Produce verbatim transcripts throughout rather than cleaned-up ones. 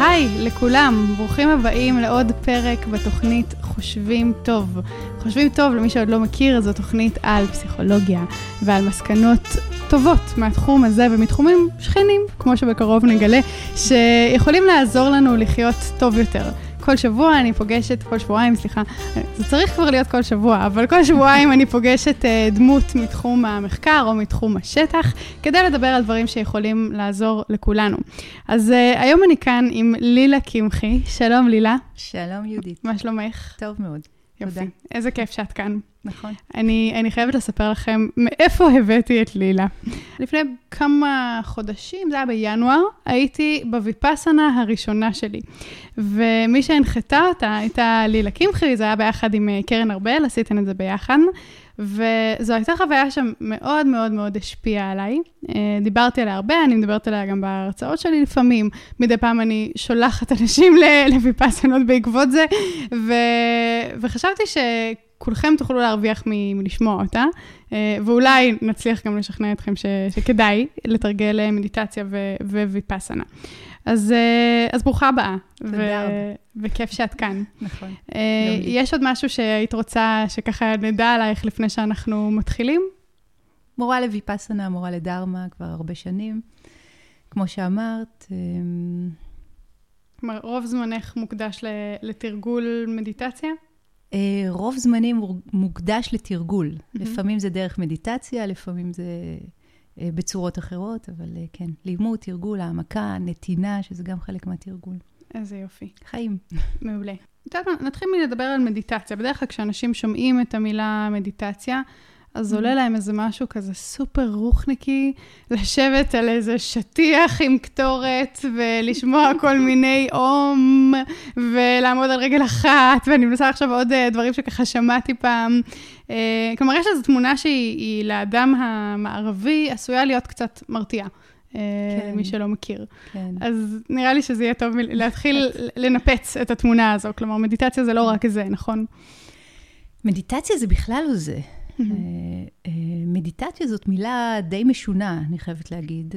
היי לכולם, ברוכים הבאים לעוד פרק בתוכנית חושבים טוב. חושבים טוב, למי שעוד לא מכיר, זו תוכנית על פסיכולוגיה ועל מסקנות טובות מהתחום הזה ומתחומים שכנים, כמו שבקרוב נגלה, שיכולים לעזור לנו לחיות טוב יותר. כל שבוע אני פוגשת, כל שבועיים, סליחה, זה צריך כבר להיות כל שבוע, אבל כל שבועיים אני פוגשת דמות מתחום המחקר או מתחום השטח, כדי לדבר על דברים שיכולים לעזור לכולנו. אז uh, היום אני כאן עם לילה קמחי. שלום לילה. שלום יהודית. מה שלומך? טוב מאוד. יופי. תודה. איזה כיף שאת כאן. נכון. אני, אני חייבת לספר לכם מאיפה הבאתי את לילה. לפני כמה חודשים, זה היה בינואר, הייתי בויפאסנה הראשונה שלי. ומי שהנחתה אותה הייתה לילה קמחי, זה היה ביחד עם קרן ארבל, עשיתן את זה ביחד. וזו הייתה חוויה שמאוד מאוד מאוד השפיעה עליי. דיברתי עליה הרבה, אני מדברת עליה גם בהרצאות שלי לפעמים. מדי פעם אני שולחת אנשים לויפאסנות בעקבות זה, ו... וחשבתי שכולכם תוכלו להרוויח מ... מלשמוע אותה, ואולי נצליח גם לשכנע אתכם ש... שכדאי לתרגל מדיטציה ו... וויפאסנה. אז, אז ברוכה הבאה. תודה רבה. וכיף שאת כאן. נכון. יש עוד משהו שהיית רוצה שככה נדע עלייך לפני שאנחנו מתחילים? מורה לויפאסנה, מורה לדרמה, כבר הרבה שנים. כמו שאמרת. כלומר, רוב זמנך מוקדש לתרגול מדיטציה? רוב זמנים מוקדש לתרגול. לפעמים זה דרך מדיטציה, לפעמים זה בצורות אחרות, אבל כן, לימוד, תרגול, העמקה, נתינה, שזה גם חלק מהתרגול. איזה יופי. חיים. מעולה. נתחיל מלדבר על מדיטציה. בדרך כלל כשאנשים שומעים את המילה מדיטציה, אז עולה להם איזה משהו כזה סופר רוחניקי, לשבת על איזה שטיח עם קטורת, ולשמוע כל מיני אום, ולעמוד על רגל אחת, ואני מנסה עכשיו עוד דברים שככה שמעתי פעם. כלומר, יש איזו תמונה שהיא לאדם המערבי, עשויה להיות קצת מרתיעה. כן. מי שלא מכיר. כן. אז נראה לי שזה יהיה טוב להתחיל לנפץ את התמונה הזו. כלומר, מדיטציה זה לא רק זה, נכון? מדיטציה זה בכלל לא זה. מדיטציה זאת מילה די משונה, אני חייבת להגיד.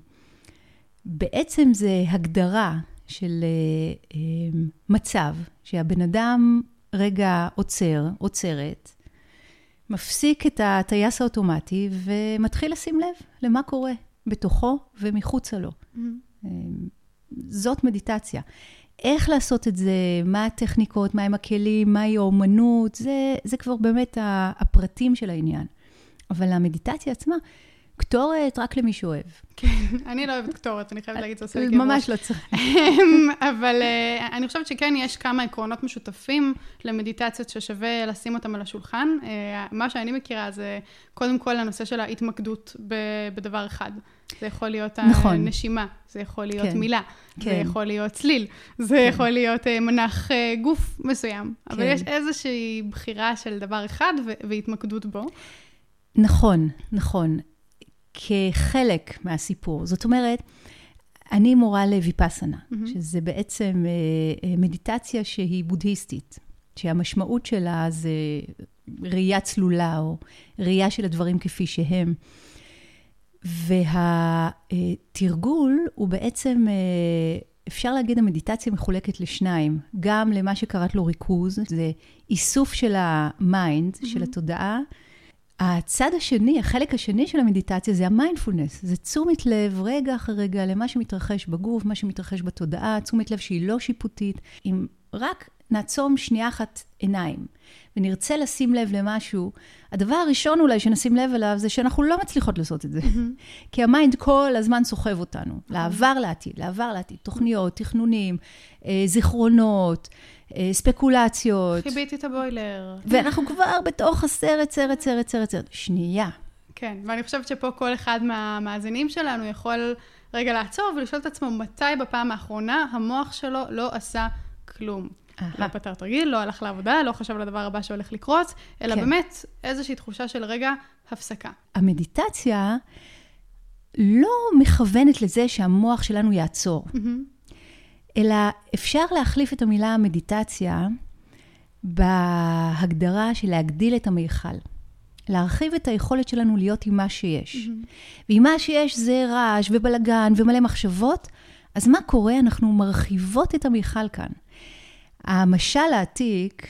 בעצם זה הגדרה של מצב שהבן אדם רגע עוצר, עוצרת, מפסיק את הטייס האוטומטי ומתחיל לשים לב למה קורה בתוכו ומחוצה לו. Mm-hmm. זאת מדיטציה. איך לעשות את זה, מה הטכניקות, מה הם הכלים, מהי האומנות, זה, זה כבר באמת הפרטים של העניין. אבל המדיטציה עצמה, קטורת רק למי שאוהב. כן, אני לא אוהבת קטורת, אני חייבת להגיד, זה עושה לי כאב ראש. ממש לא צריך. אבל אני חושבת שכן, יש כמה עקרונות משותפים למדיטציות ששווה לשים אותם על השולחן. מה שאני מכירה זה קודם כל הנושא של ההתמקדות בדבר אחד. זה יכול להיות נכון. הנשימה, זה יכול להיות כן. מילה, כן. זה יכול להיות צליל, זה כן. יכול להיות מנח גוף מסוים. כן. אבל יש איזושהי בחירה של דבר אחד והתמקדות בו. נכון, נכון. כחלק מהסיפור. זאת אומרת, אני מורה לויפאסנה, mm-hmm. שזה בעצם מדיטציה שהיא בודהיסטית, שהמשמעות שלה זה ראייה צלולה, או ראייה של הדברים כפי שהם. והתרגול הוא בעצם, אפשר להגיד, המדיטציה מחולקת לשניים, גם למה שקראת לו ריכוז, זה איסוף של המיינד, mm-hmm. של התודעה, הצד השני, החלק השני של המדיטציה זה המיינדפולנס, זה תשומת לב רגע אחר רגע למה שמתרחש בגוף, מה שמתרחש בתודעה, תשומת לב שהיא לא שיפוטית. אם רק נעצום שנייה אחת עיניים ונרצה לשים לב למשהו, הדבר הראשון אולי שנשים לב אליו זה שאנחנו לא מצליחות לעשות את זה. Mm-hmm. כי המיינד כל הזמן סוחב אותנו, mm-hmm. לעבר לעתיד, לעבר לעתיד, תוכניות, תכנונים, זיכרונות, ספקולציות. חיביתי את הבוילר. ואנחנו כבר בתוך הסרט, סרט, סרט, סרט, סרט. שנייה. כן, ואני חושבת שפה כל אחד מהמאזינים שלנו יכול רגע לעצור ולשאול את עצמו מתי בפעם האחרונה המוח שלו לא עשה כלום. לא פתר תרגיל, לא הלך לעבודה, לא חשב לדבר הבא שהולך לקרות, אלא כן. באמת איזושהי תחושה של רגע הפסקה. המדיטציה לא מכוונת לזה שהמוח שלנו יעצור. Mm-hmm. אלא אפשר להחליף את המילה מדיטציה בהגדרה של להגדיל את המיכל. להרחיב את היכולת שלנו להיות עם מה שיש. Mm-hmm. ועם מה שיש זה רעש ובלגן ומלא מחשבות, אז מה קורה? אנחנו מרחיבות את המיכל כאן. המשל העתיק,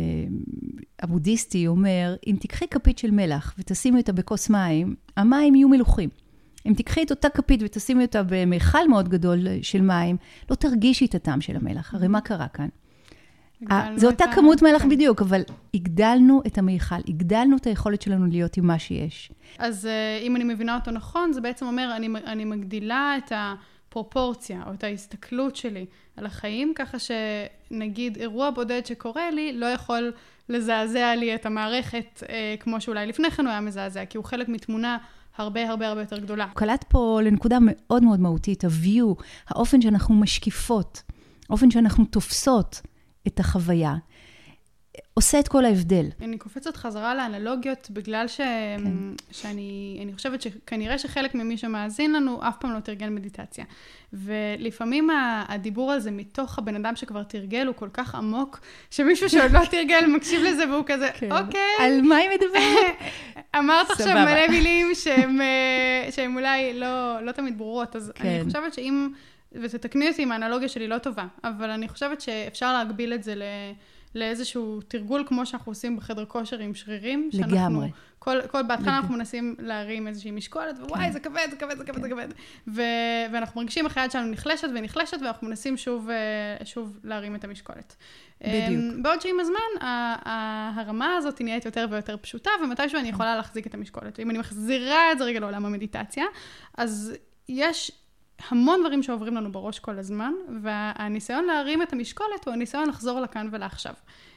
הבודהיסטי, אומר, אם תקחי כפית של מלח ותשימי אותה בכוס מים, המים יהיו מלוחים. אם תקחי את אותה כפית ותשימי אותה במיכל מאוד גדול של מים, לא תרגישי את הטעם של המלח. הרי מה קרה כאן? זו אותה כמות מלח בדיוק, אבל הגדלנו את המיכל, הגדלנו את היכולת שלנו להיות עם מה שיש. אז אם אני מבינה אותו נכון, זה בעצם אומר, אני, אני מגדילה את הפרופורציה, או את ההסתכלות שלי על החיים, ככה שנגיד אירוע בודד שקורה לי, לא יכול לזעזע לי את המערכת, כמו שאולי לפני כן הוא היה מזעזע, כי הוא חלק מתמונה הרבה הרבה הרבה יותר גדולה. קלט פה לנקודה מאוד מאוד מהותית, ה-view, האופן שאנחנו משקיפות, האופן שאנחנו תופסות את החוויה, עושה את כל ההבדל. אני קופצת חזרה לאנלוגיות, בגלל ש... כן. שאני אני חושבת שכנראה שחלק ממי שמאזין לנו, אף פעם לא תרגל מדיטציה. ולפעמים הדיבור הזה מתוך הבן אדם שכבר תרגל, הוא כל כך עמוק, שמישהו שעוד לא תרגל מקשיב לזה, והוא כזה, כן. אוקיי. על מה היא מדברת? אמרת עכשיו מלא מילים שהם, שהם אולי לא, לא תמיד ברורות, אז כן. אני חושבת שאם, ותתקני אותי אם האנלוגיה שלי לא טובה, אבל אני חושבת שאפשר להגביל את זה ל... לאיזשהו תרגול כמו שאנחנו עושים בחדר כושר עם שרירים. לגמרי. כל, כל בהתחלה אנחנו מנסים להרים איזושהי משקולת, ווואי, זה כבד, זה כבד, זה כבד, זה כבד. ו- ואנחנו מרגישים איך היד שלנו נחלשת ונחלשת, ואנחנו מנסים שוב, שוב להרים את המשקולת. בדיוק. בעוד שעם הזמן, הרמה הזאת נהיית יותר ויותר פשוטה, ומתישהו אני יכולה להחזיק את המשקולת. אם אני מחזירה את זה רגע לעולם המדיטציה, אז יש המון דברים שעוברים לנו בראש כל הזמן, והניסיון להרים את המשקולת הוא הניסיון לחזור לכאן ולעכשיו.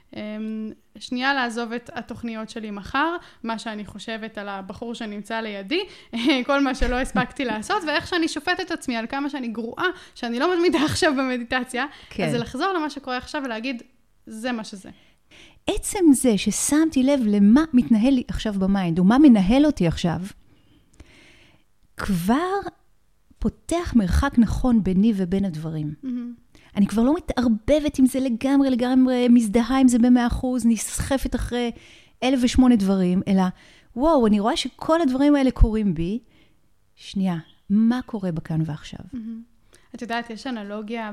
שנייה לעזוב את התוכניות שלי מחר, מה שאני חושבת על הבחור שנמצא לידי, כל מה שלא הספקתי לעשות, ואיך שאני שופטת את עצמי על כמה שאני גרועה, שאני לא מתמידה עכשיו במדיטציה, כן. אז זה לחזור למה שקורה עכשיו ולהגיד, זה מה שזה. עצם זה ששמתי לב למה מתנהל לי עכשיו במיינד, או מה מנהל אותי עכשיו, כבר פותח מרחק נכון ביני ובין הדברים. Mm-hmm. אני כבר לא מתערבבת עם זה לגמרי, לגמרי מזדהה עם זה במאה אחוז, נסחפת אחרי אלף ושמונה דברים, אלא, וואו, אני רואה שכל הדברים האלה קורים בי. שנייה, מה קורה בכאן ועכשיו? Mm-hmm. את יודעת, יש אנלוגיה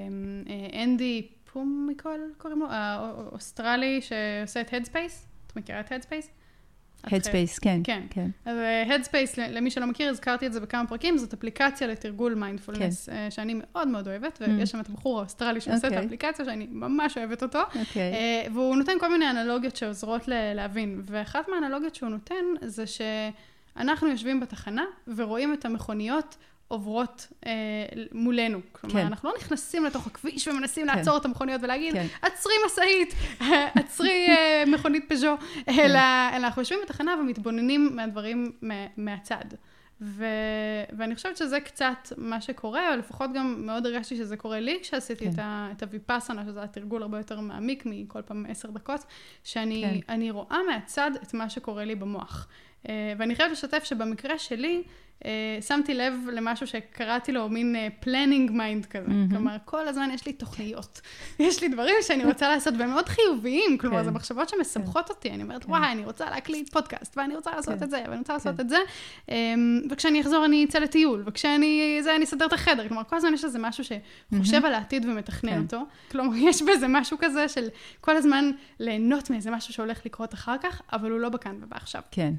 שאנדי פומיקול, קוראים לו, האוסטרלי שעושה את Headspace. את מכירה את Headspace? Headspace, כן. כן. כן. אז Headspace, למי שלא מכיר, הזכרתי את זה בכמה פרקים, זאת אפליקציה לתרגול מיינדפולנס, כן. שאני מאוד מאוד אוהבת, ויש שם את הבחור האוסטרלי שעושה okay. את האפליקציה, שאני ממש אוהבת אותו, okay. והוא נותן כל מיני אנלוגיות שעוזרות להבין, ואחת מהאנלוגיות שהוא נותן, זה שאנחנו יושבים בתחנה, ורואים את המכוניות עוברות אה, מולנו. כלומר, כן. אנחנו לא נכנסים לתוך הכביש ומנסים כן. לעצור את המכוניות ולהגיד, כן. עצרי מסעית, עצרי אה, מכונית פז'ו, כן. אלא, אלא אנחנו יושבים בתחנה ומתבוננים מהדברים מה, מהצד. ו, ואני חושבת שזה קצת מה שקורה, או לפחות גם מאוד הרגשתי שזה קורה לי, כשעשיתי כן. את, ה, את הויפאסנה, שזה התרגול הרבה יותר מעמיק מכל פעם עשר דקות, שאני כן. אני רואה מהצד את מה שקורה לי במוח. אה, ואני חייבת לשתף שבמקרה שלי, Uh, שמתי לב למשהו שקראתי לו מין uh, planning mind כזה. Mm-hmm. כלומר, כל הזמן יש לי תוכניות. יש לי דברים שאני רוצה לעשות, והם מאוד חיוביים. כלומר, כן. זה מחשבות שמסמכות כן. אותי. אני אומרת, כן. וואי, אני רוצה להקליט פודקאסט, ואני רוצה לעשות כן. את זה, ואני רוצה לעשות כן. את זה. Um, וכשאני אחזור, אני אצא לטיול. וכשאני, זה, אני אסדר את החדר. כלומר, כל הזמן יש לזה משהו שחושב mm-hmm. על העתיד ומתכנן כן. אותו. כלומר, יש בזה משהו כזה של כל הזמן ליהנות מאיזה משהו שהולך לקרות אחר כך, אבל הוא לא בכאן ובעכשיו. כן.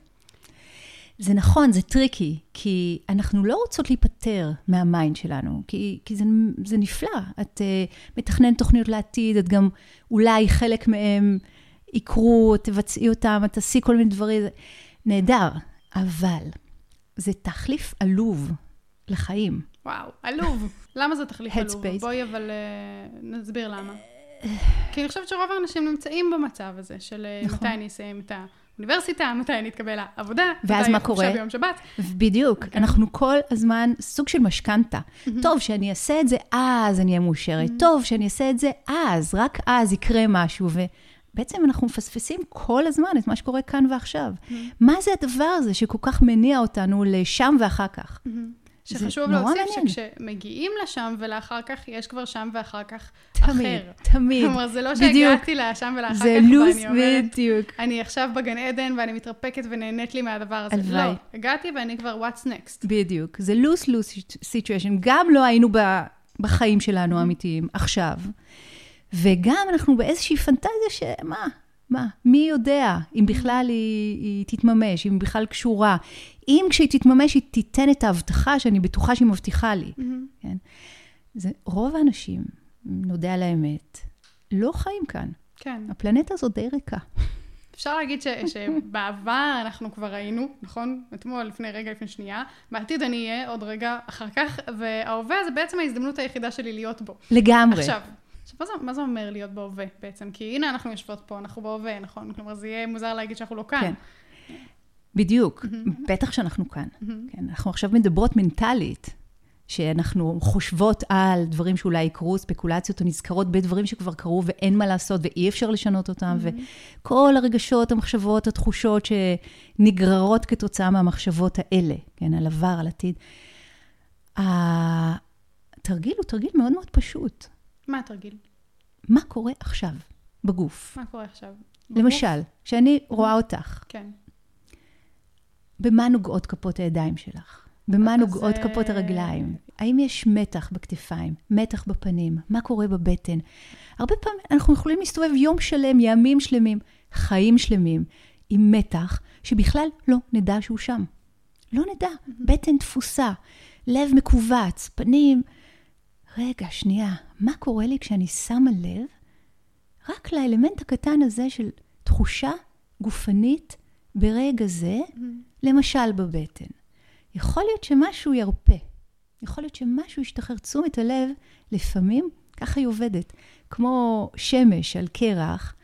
זה נכון, זה טריקי, כי אנחנו לא רוצות להיפטר מהמיינד שלנו, כי, כי זה, זה נפלא. את uh, מתכננת תוכניות לעתיד, את גם אולי חלק מהם יקרו, תבצעי אותם, את תעשי כל מיני דברים, זה נהדר, אבל זה תחליף עלוב לחיים. וואו, עלוב. למה זה תחליף עלוב? בואי אבל uh, נסביר למה. כי אני חושבת שרוב האנשים נמצאים במצב הזה, של נכון. מתי אני אסיים את ה... אוניברסיטה, מתי אני אתקבל לעבודה, ואז מה קורה? ביום שבת. בדיוק, okay. אנחנו כל הזמן סוג של משכנתה. Mm-hmm. טוב, שאני אעשה את זה, אז אני אהיה מאושרת. Mm-hmm. טוב, שאני אעשה את זה, אז, רק אז יקרה משהו. ובעצם אנחנו מפספסים כל הזמן את מה שקורה כאן ועכשיו. Mm-hmm. מה זה הדבר הזה שכל כך מניע אותנו לשם ואחר כך? Mm-hmm. שחשוב להוסיף שכשמגיעים לשם ולאחר כך, יש כבר שם ואחר כך תמיד, אחר. תמיד. כלומר, זה לא שהגעתי לשם ולאחר כך, ואני אומרת, אני עכשיו בגן עדן, ואני מתרפקת ונהנית לי מהדבר הזה. לא, הגעתי ואני כבר what's next. בדיוק. זה lose-lose situation. גם לא היינו בחיים שלנו האמיתיים, עכשיו. וגם אנחנו באיזושהי פנטזיה שמה, מה, מי יודע אם בכלל היא, היא תתממש, אם היא בכלל קשורה. אם כשהיא תתממש, היא תיתן את ההבטחה שאני בטוחה שהיא מבטיחה לי. כן? זה, רוב האנשים, נודע על האמת, לא חיים כאן. כן. הפלנטה הזאת די ריקה. אפשר להגיד ש, שבעבר אנחנו כבר ראינו, נכון? אתמול, לפני רגע, לפני שנייה. בעתיד אני אהיה עוד רגע אחר כך, וההווה זה בעצם ההזדמנות היחידה שלי להיות בו. לגמרי. עכשיו, עכשיו מה, זה, מה זה אומר להיות בהווה בעצם? כי הנה אנחנו יושבות פה, אנחנו בהווה, נכון? כלומר, זה יהיה מוזר להגיד שאנחנו לא כאן. כן. בדיוק. בטח שאנחנו כאן. כן. אנחנו עכשיו מדברות מנטלית. שאנחנו חושבות על דברים שאולי יקרו, ספקולציות או נזכרות בדברים שכבר קרו ואין מה לעשות ואי אפשר לשנות אותם, mm-hmm. וכל הרגשות, המחשבות, התחושות שנגררות כתוצאה מהמחשבות האלה, כן, על עבר, על עתיד. התרגיל הוא תרגיל מאוד מאוד פשוט. מה התרגיל? מה קורה עכשיו בגוף? מה קורה עכשיו? למשל, שאני רואה אותך. כן. במה נוגעות כפות הידיים שלך? במה נוגעות כפות הרגליים? האם יש מתח בכתפיים, מתח בפנים? מה קורה בבטן? הרבה פעמים אנחנו יכולים להסתובב יום שלם, ימים שלמים, חיים שלמים, עם מתח שבכלל לא נדע שהוא שם. לא נדע. בטן תפוסה, לב מקובץ, פנים. רגע, שנייה, מה קורה לי כשאני שמה לב רק לאלמנט הקטן הזה של תחושה גופנית ברגע זה, למשל בבטן? יכול להיות שמשהו ירפה. יכול להיות שמשהו ישתחרר. תשומת הלב, לפעמים, ככה היא עובדת. כמו שמש על קרח.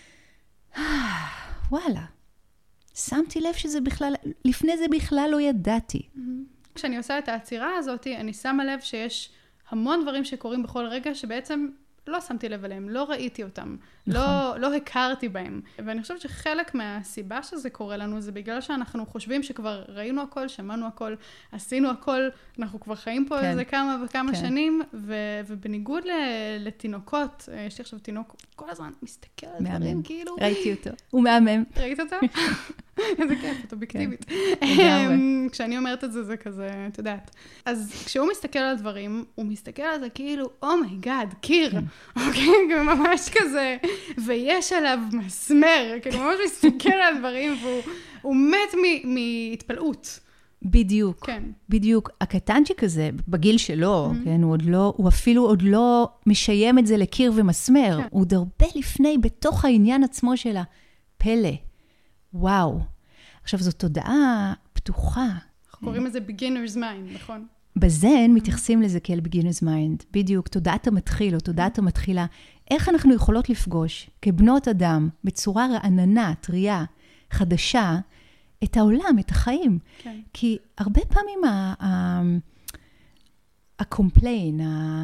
וואלה. שמתי לב שזה בכלל, לפני זה בכלל לא ידעתי. כשאני עושה את העצירה הזאת, אני שמה לב שיש המון דברים שקורים בכל רגע, שבעצם לא שמתי לב עליהם, לא ראיתי אותם, נכון. לא, לא הכרתי בהם. ואני חושבת שחלק מהסיבה שזה קורה לנו, זה בגלל שאנחנו חושבים שכבר ראינו הכל, שמענו הכל, עשינו הכל, אנחנו כבר חיים פה כן. איזה כמה וכמה כן. שנים, ו- ובניגוד ל- לתינוקות, יש לי עכשיו תינוק, כל הזמן מסתכל על דברים, כאילו... ראיתי אותו, הוא מהמם. ראית אותו? איזה כיף, את אובייקטיבית. כשאני אומרת את זה, זה כזה, את יודעת. אז כשהוא מסתכל על דברים, הוא מסתכל על זה כאילו, אומייגאד, קיר. אוקיי? ממש כזה. ויש עליו מסמר, כאילו ממש מסתכל על דברים, והוא מת מהתפלאות. בדיוק. כן. בדיוק. הקטנצ'יק הזה, בגיל שלו, כן, הוא עוד לא, הוא אפילו עוד לא משיים את זה לקיר ומסמר. הוא עוד הרבה לפני, בתוך העניין עצמו של הפלא. וואו. עכשיו, זו תודעה פתוחה. אנחנו קוראים לזה beginner's mind, נכון? בזן מתייחסים לזה כאל beginner's mind. בדיוק, תודעת המתחיל או תודעת המתחילה. איך אנחנו יכולות לפגוש כבנות אדם, בצורה רעננה, טריה, חדשה, את העולם, את החיים? כן. כי הרבה פעמים ה-complain,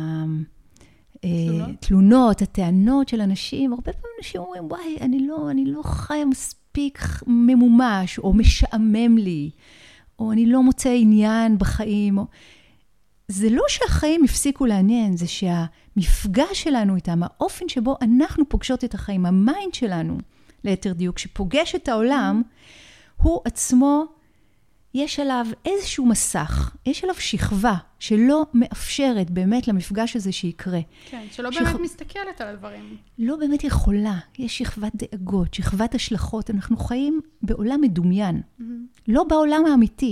התלונות, הטענות של אנשים, הרבה פעמים אנשים אומרים, וואי, אני לא, אני לא חיה מספיק ממומש, או משעמם לי, או אני לא מוצא עניין בחיים. או... זה לא שהחיים הפסיקו לעניין, זה שהמפגש שלנו איתם, האופן שבו אנחנו פוגשות את החיים, המיינד שלנו, ליתר דיוק, שפוגש את העולם, הוא עצמו, יש עליו איזשהו מסך, יש עליו שכבה, שלא מאפשרת באמת למפגש הזה שיקרה. כן, שלא באמת שכ... מסתכלת על הדברים. לא באמת יכולה. יש שכבת דאגות, שכבת השלכות. אנחנו חיים בעולם מדומיין. Mm-hmm. לא בעולם האמיתי.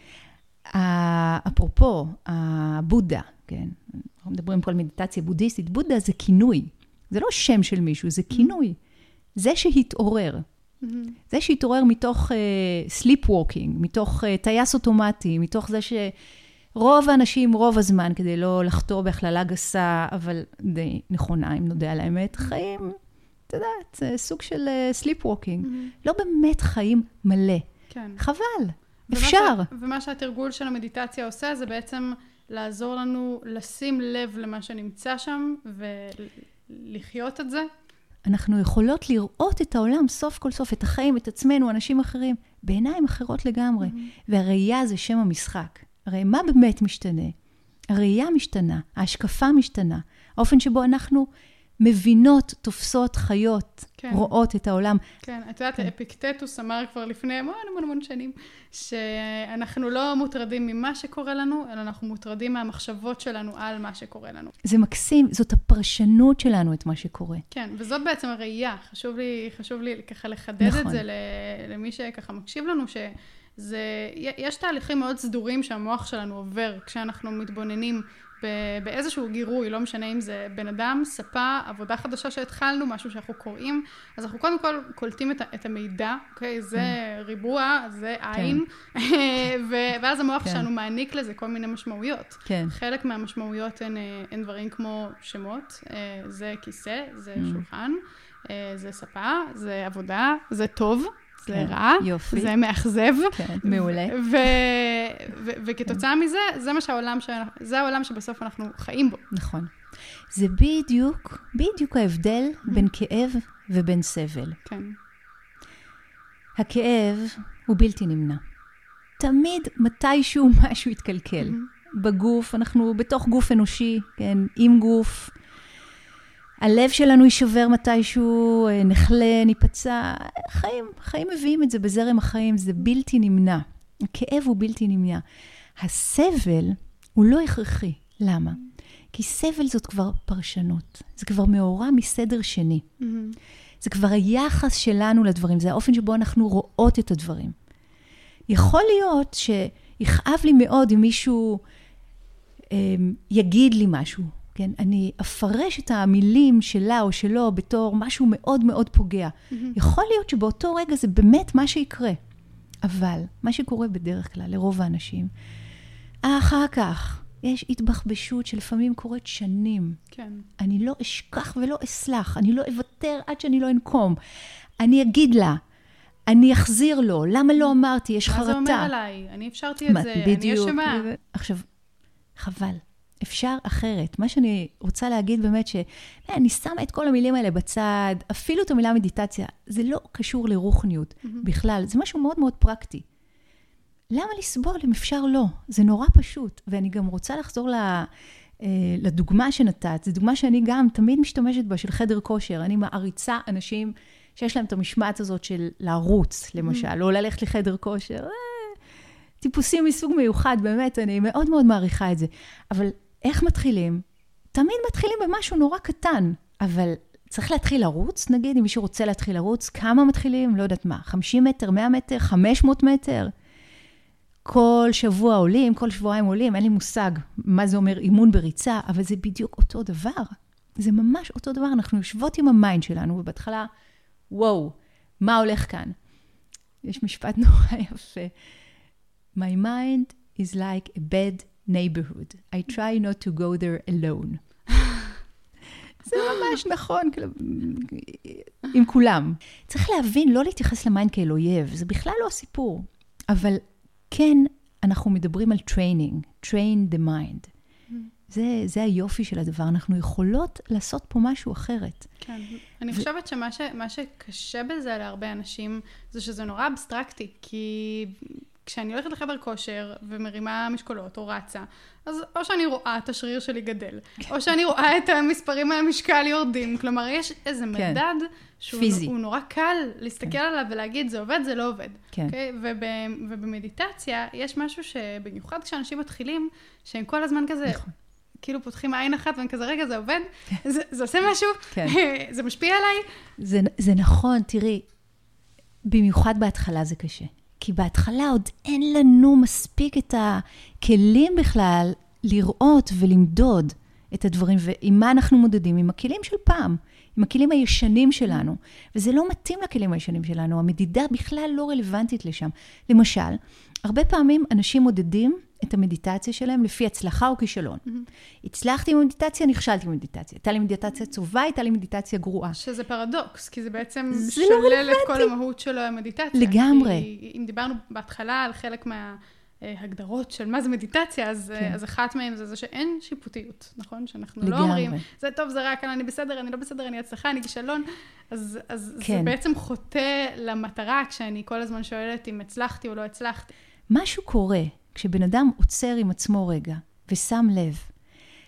אפרופו, הבודה, כן? אנחנו מדברים פה על מדיטציה בודהיסטית. בודה זה כינוי. זה לא שם של מישהו, זה כינוי. Mm-hmm. זה שהתעורר. Mm-hmm. זה שהתעורר מתוך uh, sleepwalking, מתוך uh, טייס אוטומטי, מתוך זה שרוב האנשים, רוב הזמן, כדי לא לחתור בהכללה גסה, אבל די נכונה, אם נודע על האמת, חיים, אתה יודעת, זה סוג של uh, sleepwalking. Mm-hmm. לא באמת חיים מלא. כן. חבל, אפשר. ומה, ש... ומה שהתרגול של המדיטציה עושה, זה בעצם לעזור לנו לשים לב למה שנמצא שם, ולחיות את זה. אנחנו יכולות לראות את העולם סוף כל סוף, את החיים, את עצמנו, אנשים אחרים, בעיניים אחרות לגמרי. Mm-hmm. והראייה זה שם המשחק. הרי מה באמת משתנה? הראייה משתנה, ההשקפה משתנה, האופן שבו אנחנו מבינות, תופסות, חיות, כן. רואות את העולם. כן, את יודעת, אפיקטטוס אמר כבר לפני המון המון המון שנים, שאנחנו לא מוטרדים ממה שקורה לנו, אלא אנחנו מוטרדים מהמחשבות שלנו על מה שקורה לנו. זה מקסים, זאת הפרשנות שלנו את מה שקורה. כן, וזאת בעצם הראייה. חשוב לי, חשוב לי ככה לחדד נכון. את זה למי שככה מקשיב לנו, ש... זה, יש תהליכים מאוד סדורים שהמוח שלנו עובר כשאנחנו מתבוננים באיזשהו גירוי, לא משנה אם זה בן אדם, ספה, עבודה חדשה שהתחלנו, משהו שאנחנו קוראים, אז אנחנו קודם כל קולטים את, את המידע, אוקיי? זה ריבוע, זה עין, ואז המוח שלנו מעניק לזה כל מיני משמעויות. חלק מהמשמעויות הן, הן דברים כמו שמות, זה כיסא, זה שולחן, זה ספה, זה עבודה, זה טוב, זה רע, יופי. זה מאכזב. כן, מעולה. וכתוצאה מזה, זה מה שהעולם, זה העולם שבסוף אנחנו חיים בו. נכון. זה בדיוק, בדיוק ההבדל בין כאב ובין סבל. כן. הכאב הוא בלתי נמנע. תמיד מתישהו משהו יתקלקל. בגוף, אנחנו בתוך גוף אנושי, כן, עם גוף, הלב שלנו יישבר מתישהו, נחלה, ניפצע, חיים, חיים מביאים את זה בזרם החיים, זה בלתי נמנע. הכאב הוא בלתי נמנע. הסבל הוא לא הכרחי. למה? כי סבל זאת כבר פרשנות. זה כבר מאורע מסדר שני. Mm-hmm. זה כבר היחס שלנו לדברים, זה האופן שבו אנחנו רואות את הדברים. יכול להיות שיכאב לי מאוד אם מישהו אה, יגיד לי משהו. כן, אני אפרש את המילים שלה או שלו בתור משהו מאוד מאוד פוגע. Mm-hmm. יכול להיות שבאותו רגע זה באמת מה שיקרה. אבל מה שקורה בדרך כלל לרוב האנשים, אחר כך יש התבחבשות שלפעמים קורית שנים. כן. אני לא אשכח ולא אסלח, אני לא אוותר עד שאני לא אנקום. אני אגיד לה, אני אחזיר לו, למה לא אמרתי, יש חרטה. מה זה אומר עליי? אני אפשרתי את מה, זה, בדיוק. אני אשמה. עכשיו, חבל. אפשר אחרת. מה שאני רוצה להגיד באמת שאני שמה את כל המילים האלה בצד, אפילו את המילה מדיטציה, זה לא קשור לרוחניות mm-hmm. בכלל, זה משהו מאוד מאוד פרקטי. למה לסבול אם אפשר לא? זה נורא פשוט, ואני גם רוצה לחזור לדוגמה שנתת, זו דוגמה שאני גם תמיד משתמשת בה של חדר כושר, אני מעריצה אנשים שיש להם את המשמעת הזאת של לרוץ, למשל, mm-hmm. או ללכת לחדר כושר, טיפוסים מסוג מיוחד, באמת, אני מאוד מאוד מעריכה את זה. אבל איך מתחילים? תמיד מתחילים במשהו נורא קטן, אבל צריך להתחיל לרוץ, נגיד, אם מישהו רוצה להתחיל לרוץ, כמה מתחילים? לא יודעת מה, חמישים מטר, מאה מטר, חמש מאות מטר? כל שבוע עולים, כל שבועיים עולים, אין לי מושג מה זה אומר אימון בריצה, אבל זה בדיוק אותו דבר. זה ממש אותו דבר, אנחנו יושבות עם המיינד שלנו, ובהתחלה, וואו, מה הולך כאן? יש משפט נורא יפה. My mind is like a bad neighborhood. I try not to go there alone. זה ממש נכון, עם כולם. צריך להבין, לא להתייחס למיינד כאל אויב, זה בכלל לא הסיפור. אבל כן, אנחנו מדברים על training, train the mind. זה, זה היופי של הדבר, אנחנו יכולות לעשות פה משהו אחרת. כן, אני חושבת שמה ש, מה שקשה בזה להרבה אנשים, זה שזה נורא אבסטרקטי, כי כשאני הולכת לחדר כושר ומרימה משקולות או רצה, אז או שאני רואה את השריר שלי גדל, או שאני רואה את המספרים מהמשקל יורדים, כלומר יש איזה מדד שהוא נורא קל להסתכל עליו ולהגיד זה עובד, זה לא עובד. ובמדיטציה יש משהו שבמיוחד כשאנשים מתחילים, שהם כל הזמן כזה כאילו פותחים עין אחת והם כזה רגע זה עובד, זה עושה משהו, זה משפיע עליי. זה נכון, תראי, במיוחד בהתחלה זה קשה. כי בהתחלה עוד אין לנו מספיק את הכלים בכלל לראות ולמדוד את הדברים, ועם מה אנחנו מודדים? עם הכלים של פעם, עם הכלים הישנים שלנו, וזה לא מתאים לכלים הישנים שלנו, המדידה בכלל לא רלוונטית לשם. למשל, הרבה פעמים אנשים מודדים את המדיטציה שלהם לפי הצלחה או כישלון. הצלחתי עם מדיטציה, נכשלתי עם מדיטציה. הייתה לי מדיטציה טובה, הייתה לי מדיטציה גרועה. שזה פרדוקס, כי זה בעצם שולל את כל המהות של המדיטציה. לגמרי. אם דיברנו בהתחלה על חלק מההגדרות של מה זה מדיטציה, אז אחת מהן זה שאין שיפוטיות, נכון? שאנחנו לא אומרים, זה טוב, זה רע, כאן אני בסדר, אני לא בסדר, אני הצלחה, אני כישלון. אז זה בעצם חוטא למטרה, כשאני כל הזמן שואלת אם הצלחתי או לא הצלחתי. משהו קורה כשבן אדם עוצר עם עצמו רגע ושם לב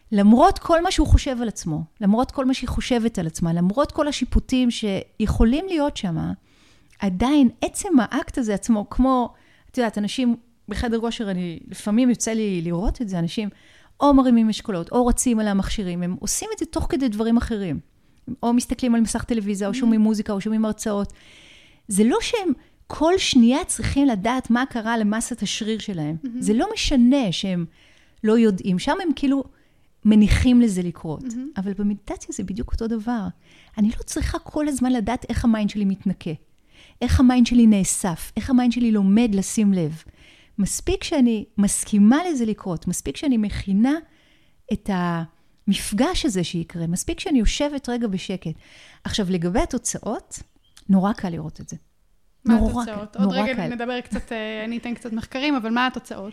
למרות כל מה שהוא חושב על עצמו, למרות כל מה שהיא חושבת על עצמה, למרות כל השיפוטים שיכולים להיות שם, עדיין עצם האקט הזה עצמו, כמו, את יודעת, אנשים בחדר כושר, אני לפעמים יוצא לי לראות את זה, אנשים או מרימים משקולות, או רצים על המכשירים, הם עושים את זה תוך כדי דברים אחרים. או מסתכלים על מסך טלוויזיה, או שומעים מוזיקה, או שומעים הרצאות. זה לא שהם כל שנייה צריכים לדעת מה קרה למסת השריר שלהם. זה לא משנה שהם לא יודעים. שם הם כאילו מניחים לזה לקרות. אבל במדיטציה זה בדיוק אותו דבר. אני לא צריכה כל הזמן לדעת איך המיינד שלי מתנקה. איך המיינד שלי נאסף. איך המיינד שלי לומד לשים לב. מספיק שאני מסכימה לזה לקרות. מספיק שאני מכינה את ה... מפגש הזה שיקרה, מספיק שאני יושבת רגע בשקט. עכשיו, לגבי התוצאות, נורא קל לראות את זה. מה התוצאות? עוד רגע נדבר קצת, אני אתן קצת מחקרים, אבל מה התוצאות?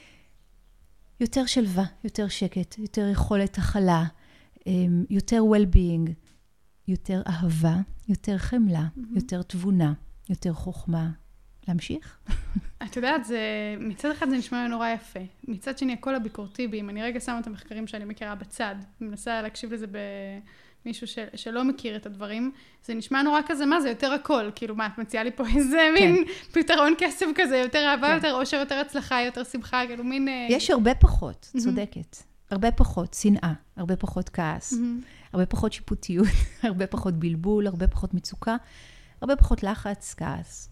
יותר שלווה, יותר שקט, יותר יכולת הכלה, יותר well-being, יותר אהבה, יותר חמלה, יותר תבונה, יותר חוכמה. להמשיך? את יודעת, זה, מצד אחד זה נשמע נורא יפה. מצד שני, הכל הביקורתי בי, אם אני רגע שמה את המחקרים שאני מכירה בצד, מנסה להקשיב לזה במישהו של, שלא מכיר את הדברים, זה נשמע נורא כזה, מה זה יותר הכל? כאילו, מה, את מציעה לי פה איזה כן. מין פתרון כסף כזה, יותר אהבה, כן. יותר אושר, יותר הצלחה, יותר שמחה, כאילו מין... יש הרבה פחות, צודקת. הרבה פחות שנאה, הרבה פחות כעס, הרבה פחות שיפוטיות, הרבה פחות בלבול, הרבה פחות מצוקה, הרבה פחות לחץ, כעס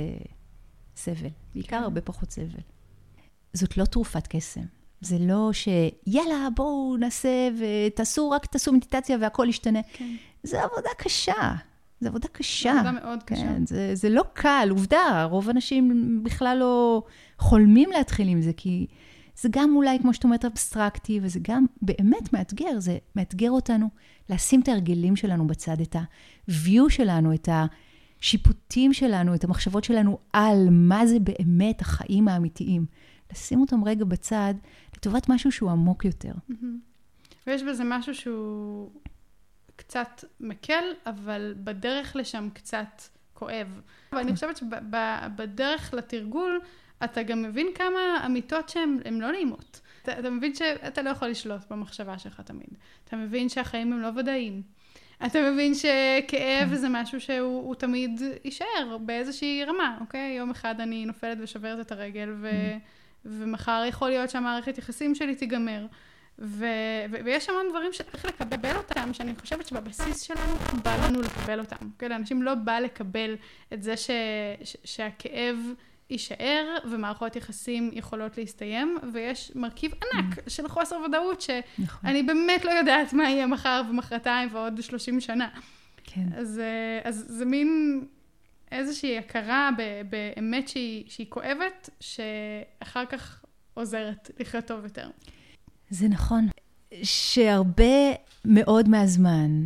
וסבל. בעיקר הרבה פחות סבל. זאת לא תרופת קסם. זה לא שיאללה, בואו נעשה ותעשו, רק תעשו מדיטציה והכל ישתנה. כן. זה עבודה קשה. זה עבודה קשה. זה עבודה מאוד קשה. כן, זה, זה לא קל. עובדה, רוב אנשים בכלל לא חולמים להתחיל עם זה, כי זה גם אולי, כמו שאת אומרת, אבסטרקטי, וזה גם באמת מאתגר. זה מאתגר אותנו לשים את ההרגלים שלנו בצד, את ה-view שלנו, את השיפוטים שלנו, את המחשבות שלנו על מה זה באמת החיים האמיתיים. לשים אותם רגע בצד, לטובת משהו שהוא עמוק יותר. ויש בזה משהו שהוא קצת מקל, אבל בדרך לשם קצת כואב. ואני חושבת שבדרך לתרגול, אתה גם מבין כמה אמיתות שהן לא נעימות. אתה, אתה מבין שאתה לא יכול לשלוט במחשבה שלך תמיד. אתה מבין שהחיים הם לא ודאיים. אתה מבין שכאב זה משהו שהוא תמיד יישאר באיזושהי רמה, אוקיי? יום אחד אני נופלת ושוברת את הרגל, ו, ומחר יכול להיות שהמערכת יחסים שלי תיגמר. ו, ו, ויש המון דברים שצריך לקבל אותם, שאני חושבת שבבסיס שלנו בא לנו לקבל אותם. אוקיי? לאנשים לא בא לקבל את זה ש, ש, שהכאב יישאר, ומערכות יחסים יכולות להסתיים, ויש מרכיב ענק של חוסר ודאות, שאני באמת לא יודעת מה יהיה מחר ומחרתיים ועוד שלושים שנה. כן. אז, אז זה מין איזושהי הכרה באמת שהיא, שהיא כואבת, שאחר כך עוזרת לחיות טוב יותר. זה נכון. שהרבה מאוד מהזמן,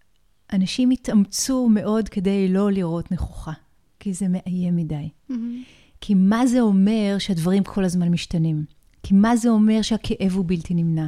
אנשים התאמצו מאוד כדי לא לראות נכוחה, כי זה מאיים מדי. Mm-hmm. כי מה זה אומר שהדברים כל הזמן משתנים? כי מה זה אומר שהכאב הוא בלתי נמנע?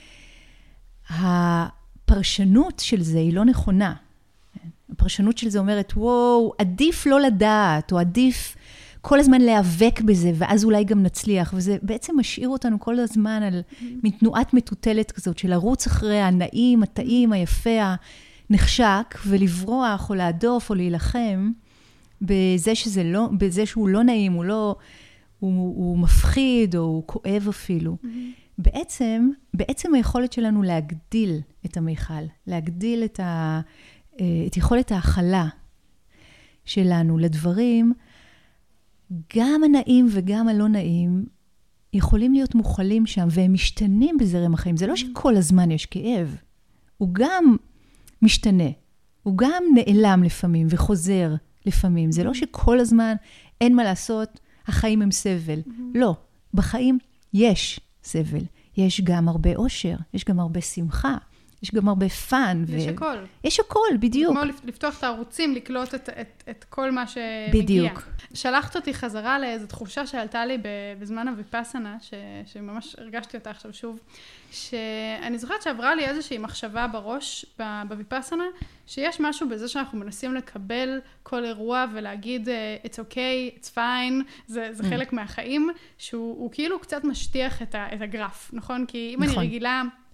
הפרשנות של זה היא לא נכונה. הפרשנות של זה אומרת, וואו, עדיף לא לדעת, או עדיף כל הזמן להיאבק בזה, ואז אולי גם נצליח. וזה בעצם משאיר אותנו כל הזמן על מתנועת מטוטלת כזאת, של לרוץ אחרי הנעים, הטעים, היפה, הנחשק, ולברוח, או להדוף, או להילחם, בזה שזה לא, בזה שהוא לא נעים, הוא לא, הוא, הוא מפחיד, או הוא כואב אפילו. Mm-hmm. בעצם, בעצם היכולת שלנו להגדיל את המיכל, להגדיל את, ה, את יכולת ההכלה שלנו לדברים, גם הנעים וגם הלא נעים, יכולים להיות מוכלים שם, והם משתנים בזרם החיים. זה לא שכל הזמן יש כאב, הוא גם משתנה, הוא גם נעלם לפעמים וחוזר לפעמים. זה לא שכל הזמן אין מה לעשות, החיים הם סבל. לא, בחיים יש סבל. יש גם הרבה אושר, יש גם הרבה שמחה, יש גם הרבה פאן. יש ו... הכל. יש הכל, בדיוק. כמו לפתוח את הערוצים, לקלוט את, את, את כל מה שמגיע. בדיוק. שלחת אותי חזרה לאיזו תחושה שעלתה לי בזמן הוויפאסנה, ש, שממש הרגשתי אותה עכשיו שוב, שאני זוכרת שעברה לי איזושהי מחשבה בראש בוויפאסנה, שיש משהו בזה שאנחנו מנסים לקבל כל אירוע ולהגיד, it's okay, it's fine, זה, זה חלק מהחיים, שהוא כאילו קצת משטיח את, ה, את הגרף, נכון? כי אם נכון. אני רגילה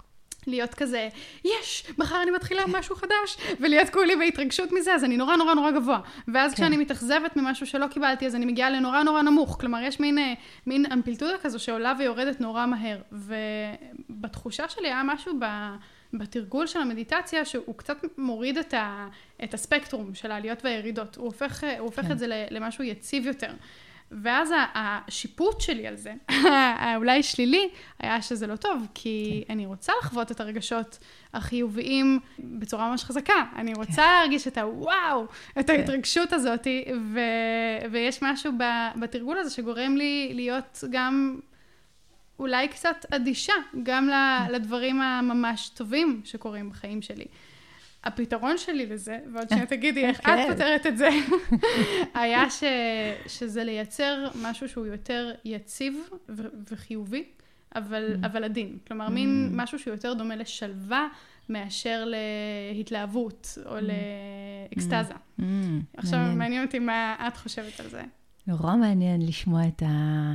להיות כזה, יש, מחר אני מתחילה משהו חדש, ולהיות כולי בהתרגשות מזה, אז אני נורא נורא נורא גבוה. ואז כן. כשאני מתאכזבת ממשהו שלא קיבלתי, אז אני מגיעה לנורא נורא נמוך. כלומר, יש מין, מין אמפליטודה כזו שעולה ויורדת נורא מהר. ובתחושה שלי היה משהו ב... בתרגול של המדיטציה, שהוא קצת מוריד את, ה... את הספקטרום של העליות והירידות. הוא הופך, הוא הופך כן. את זה למשהו יציב יותר. ואז השיפוט שלי על זה, אולי שלילי, היה שזה לא טוב, כי אני רוצה לחוות את הרגשות החיוביים בצורה ממש חזקה. אני רוצה להרגיש את הוואו, את ההתרגשות הזאת, ויש משהו בתרגול הזה שגורם לי להיות גם אולי קצת אדישה, גם לדברים הממש טובים שקורים בחיים שלי. הפתרון שלי לזה, ועוד שניה תגידי איך את פותרת את זה, היה ש, שזה לייצר משהו שהוא יותר יציב ו- וחיובי, אבל, אבל עדין. כלומר, מין משהו שהוא יותר דומה לשלווה, מאשר להתלהבות או לאקסטזה. עכשיו, מעניין אותי מה את חושבת על זה. נורא מעניין לשמוע את ה...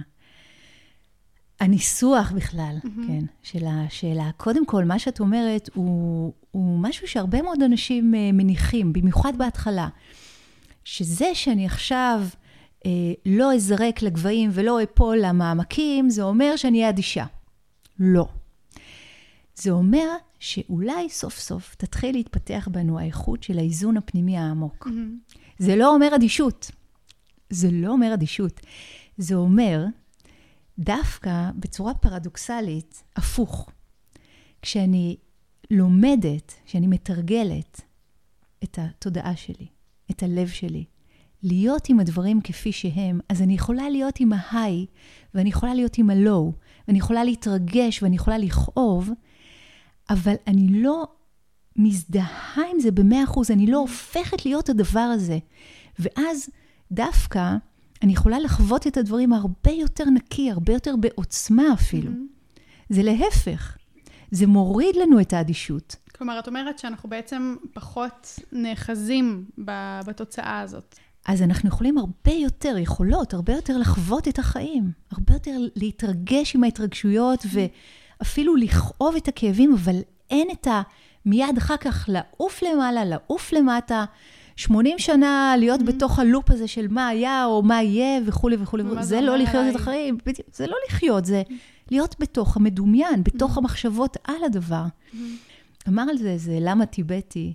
הניסוח בכלל, mm-hmm. כן, של השאלה. קודם כל, מה שאת אומרת הוא, הוא משהו שהרבה מאוד אנשים מניחים, במיוחד בהתחלה, שזה שאני עכשיו אה, לא אזרק לגבהים ולא אפול למעמקים, זה אומר שאני אהיה אדישה. לא. זה אומר שאולי סוף סוף תתחיל להתפתח בנו האיכות של האיזון הפנימי העמוק. Mm-hmm. זה לא אומר אדישות. זה לא אומר אדישות. זה אומר... דווקא בצורה פרדוקסלית, הפוך. כשאני לומדת, כשאני מתרגלת את התודעה שלי, את הלב שלי, להיות עם הדברים כפי שהם, אז אני יכולה להיות עם ההיי, ואני יכולה להיות עם הלואו, ואני יכולה להתרגש, ואני יכולה לכאוב, אבל אני לא מזדהה עם זה במאה אחוז, אני לא הופכת להיות הדבר הזה. ואז דווקא, אני יכולה לחוות את הדברים הרבה יותר נקי, הרבה יותר בעוצמה אפילו. Mm-hmm. זה להפך. זה מוריד לנו את האדישות. כלומר, את אומרת שאנחנו בעצם פחות נאחזים בתוצאה הזאת. אז אנחנו יכולים הרבה יותר, יכולות, הרבה יותר לחוות את החיים. הרבה יותר להתרגש עם ההתרגשויות, ואפילו לכאוב את הכאבים, אבל אין את ה... מיד אחר כך לעוף למעלה, לעוף למטה, שמונים שנה להיות בתוך הלופ הזה של מה היה או מה יהיה וכו' וכו'. זה לא לחיות את החיים, זה לא לחיות, זה להיות בתוך המדומיין, בתוך המחשבות על הדבר. אמר על זה, זה למה טיבטי,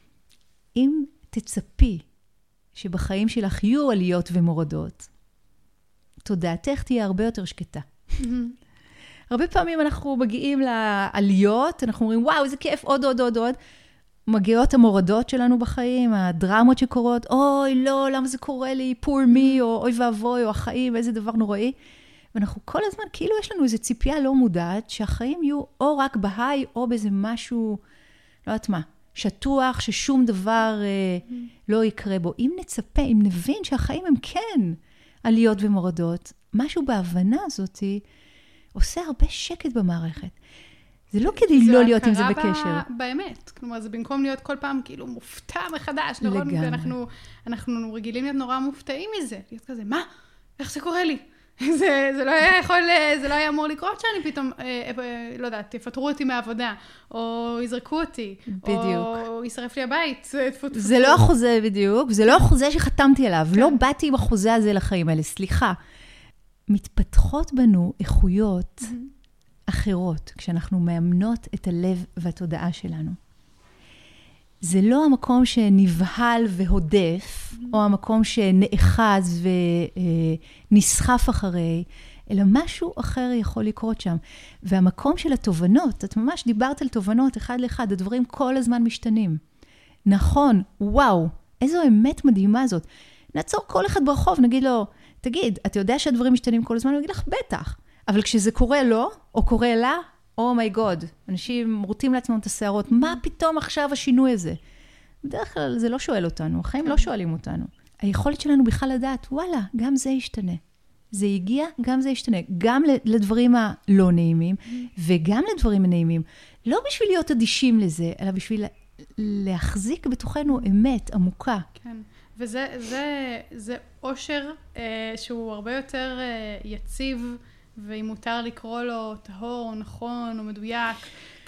אם תצפי שבחיים שלך יהיו עליות ומורדות, תודעתך תהיה הרבה יותר שקטה. הרבה פעמים אנחנו מגיעים לעליות, אנחנו אומרים, וואו, איזה כיף, עוד, עוד, עוד, עוד. מגיעות המורדות שלנו בחיים, הדרמות שקורות, אוי, לא, למה זה קורה לי, poor me, או אוי ואבוי, או החיים, איזה דבר נוראי. ואנחנו כל הזמן, כאילו יש לנו איזו ציפייה לא מודעת, שהחיים יהיו או רק בהיי, או באיזה משהו, לא יודעת מה, שטוח, ששום דבר אה, לא יקרה בו. אם נצפה, אם נבין שהחיים הם כן עליות ומורדות, משהו בהבנה הזאת עושה הרבה שקט במערכת. זה לא כדי לא להיות עם זה בקשר. זה הכרה באמת. כלומר, זה במקום להיות כל פעם כאילו מופתע מחדש. לגמרי. ואנחנו אנחנו רגילים להיות נורא מופתעים מזה. להיות כזה, מה? איך זה קורה לי? זה, זה לא היה יכול, זה לא היה אמור לקרות שאני פתאום, אה, אה, לא יודעת, תפטרו אותי מהעבודה, או יזרקו אותי, בדיוק. או ישרף לי הבית. זה לא החוזה בדיוק, זה לא החוזה שחתמתי עליו. כן. לא באתי עם החוזה הזה לחיים האלה, סליחה. מתפתחות בנו איכויות mm-hmm. אחרות, כשאנחנו מאמנות את הלב והתודעה שלנו. זה לא המקום שנבהל והודף, mm-hmm. או המקום שנאחז ונסחף אחרי, אלא משהו אחר יכול לקרות שם. והמקום של התובנות, את ממש דיברת על תובנות אחד לאחד, הדברים כל הזמן משתנים. נכון, וואו, איזו אמת מדהימה זאת. נעצור כל אחד ברחוב, נגיד לו, תגיד, אתה יודע שהדברים משתנים כל הזמן? אני אגיד לך, בטח. אבל כשזה קורה לו, או קורה לה, אומי גוד, אנשים מורטים לעצמם את השערות, מה פתאום עכשיו השינוי הזה? בדרך כלל זה לא שואל אותנו, החיים לא שואלים אותנו. היכולת שלנו בכלל לדעת, וואלה, גם זה ישתנה. זה הגיע, גם זה ישתנה. גם לדברים הלא נעימים, וגם לדברים הנעימים. לא בשביל להיות אדישים לזה, אלא בשביל להחזיק בתוכנו אמת עמוקה. כן. וזה זה, זה אושר אה, שהוא הרבה יותר אה, יציב, ואם מותר לקרוא לו טהור, או נכון, או מדויק.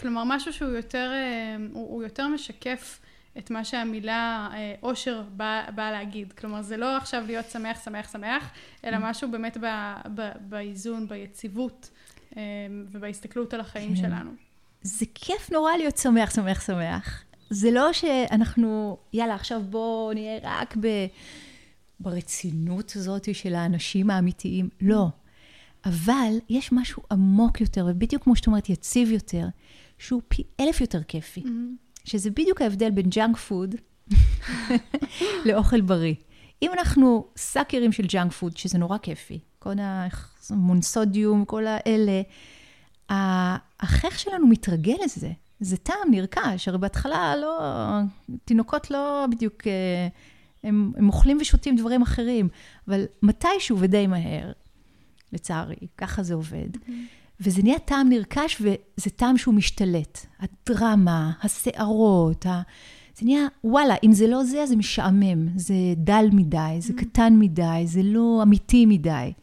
כלומר, משהו שהוא יותר, הוא, הוא יותר משקף את מה שהמילה אושר באה בא להגיד. כלומר, זה לא עכשיו להיות שמח, שמח, שמח, אלא משהו באמת ב, ב, באיזון, ביציבות ובהסתכלות על החיים שלנו. זה כיף נורא להיות שמח, שמח, שמח. זה לא שאנחנו, יאללה, עכשיו בואו נהיה רק ב, ברצינות הזאת של האנשים האמיתיים. לא. אבל יש משהו עמוק יותר, ובדיוק כמו שאת אומרת, יציב יותר, שהוא פי אלף יותר כיפי. Mm-hmm. שזה בדיוק ההבדל בין ג'אנק פוד לאוכל בריא. אם אנחנו סאקרים של ג'אנק פוד, שזה נורא כיפי, כל המונסודיום, כל האלה, החך שלנו מתרגל לזה. זה טעם נרכש, הרי בהתחלה לא, תינוקות לא בדיוק, הם, הם אוכלים ושותים דברים אחרים, אבל מתישהו ודי מהר, לצערי, ככה זה עובד. Mm-hmm. וזה נהיה טעם נרכש, וזה טעם שהוא משתלט. הדרמה, השערות, ה... זה נהיה, וואלה, אם זה לא זה, אז זה משעמם. זה דל מדי, זה קטן מדי, זה לא אמיתי מדי.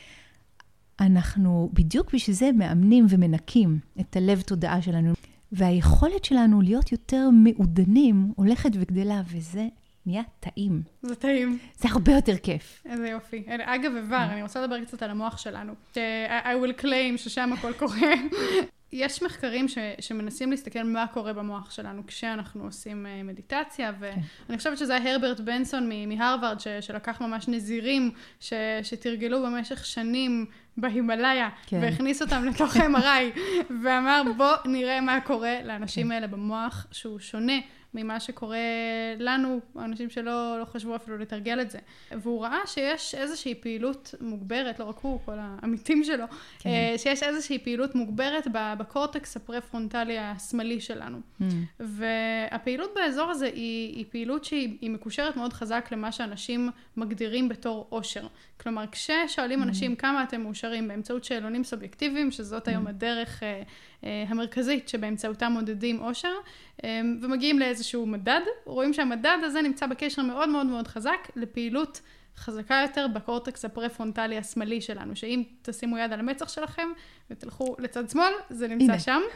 אנחנו בדיוק בשביל זה מאמנים ומנקים את הלב תודעה שלנו. והיכולת שלנו להיות יותר מעודנים הולכת וגדלה, וזה נהיה טעים. זה טעים. זה הרבה יותר כיף. איזה יופי. אגב, איבר, אני רוצה לדבר קצת על המוח שלנו. I will claim ששם הכל קורה. יש מחקרים ש, שמנסים להסתכל מה קורה במוח שלנו כשאנחנו עושים מדיטציה, ואני חושבת שזה היה הרברט בנסון מהרווארד, ש, שלקח ממש נזירים ש, שתרגלו במשך שנים בהימלאיה, כן. והכניס אותם לתוך אם אר איי, ואמר בוא נראה מה קורה לאנשים האלה במוח, שהוא שונה ממה שקורה לנו, האנשים שלא לא חשבו אפילו לתרגל את זה. והוא ראה שיש איזושהי פעילות מוגברת, לא רק הוא, כל העמיתים שלו, כן. שיש איזושהי פעילות מוגברת בקורטקס הפרפרונטלי השמאלי שלנו. Mm. והפעילות באזור הזה היא, היא פעילות שהיא מקושרת מאוד חזק למה שאנשים מגדירים בתור אושר. כלומר, כששואלים אנשים mm. כמה אתם מאושרים באמצעות שאלונים סובייקטיביים, שזאת mm. היום הדרך המרכזית שבאמצעותם מודדים אושר, ומגיעים לאיזשהו מדד, רואים שהמדד הזה נמצא בקשר מאוד מאוד מאוד חזק לפעילות חזקה יותר בקורטקס הפרפרונטלי השמאלי שלנו, שאם תשימו יד על המצח שלכם ותלכו לצד שמאל, זה נמצא הנה. שם.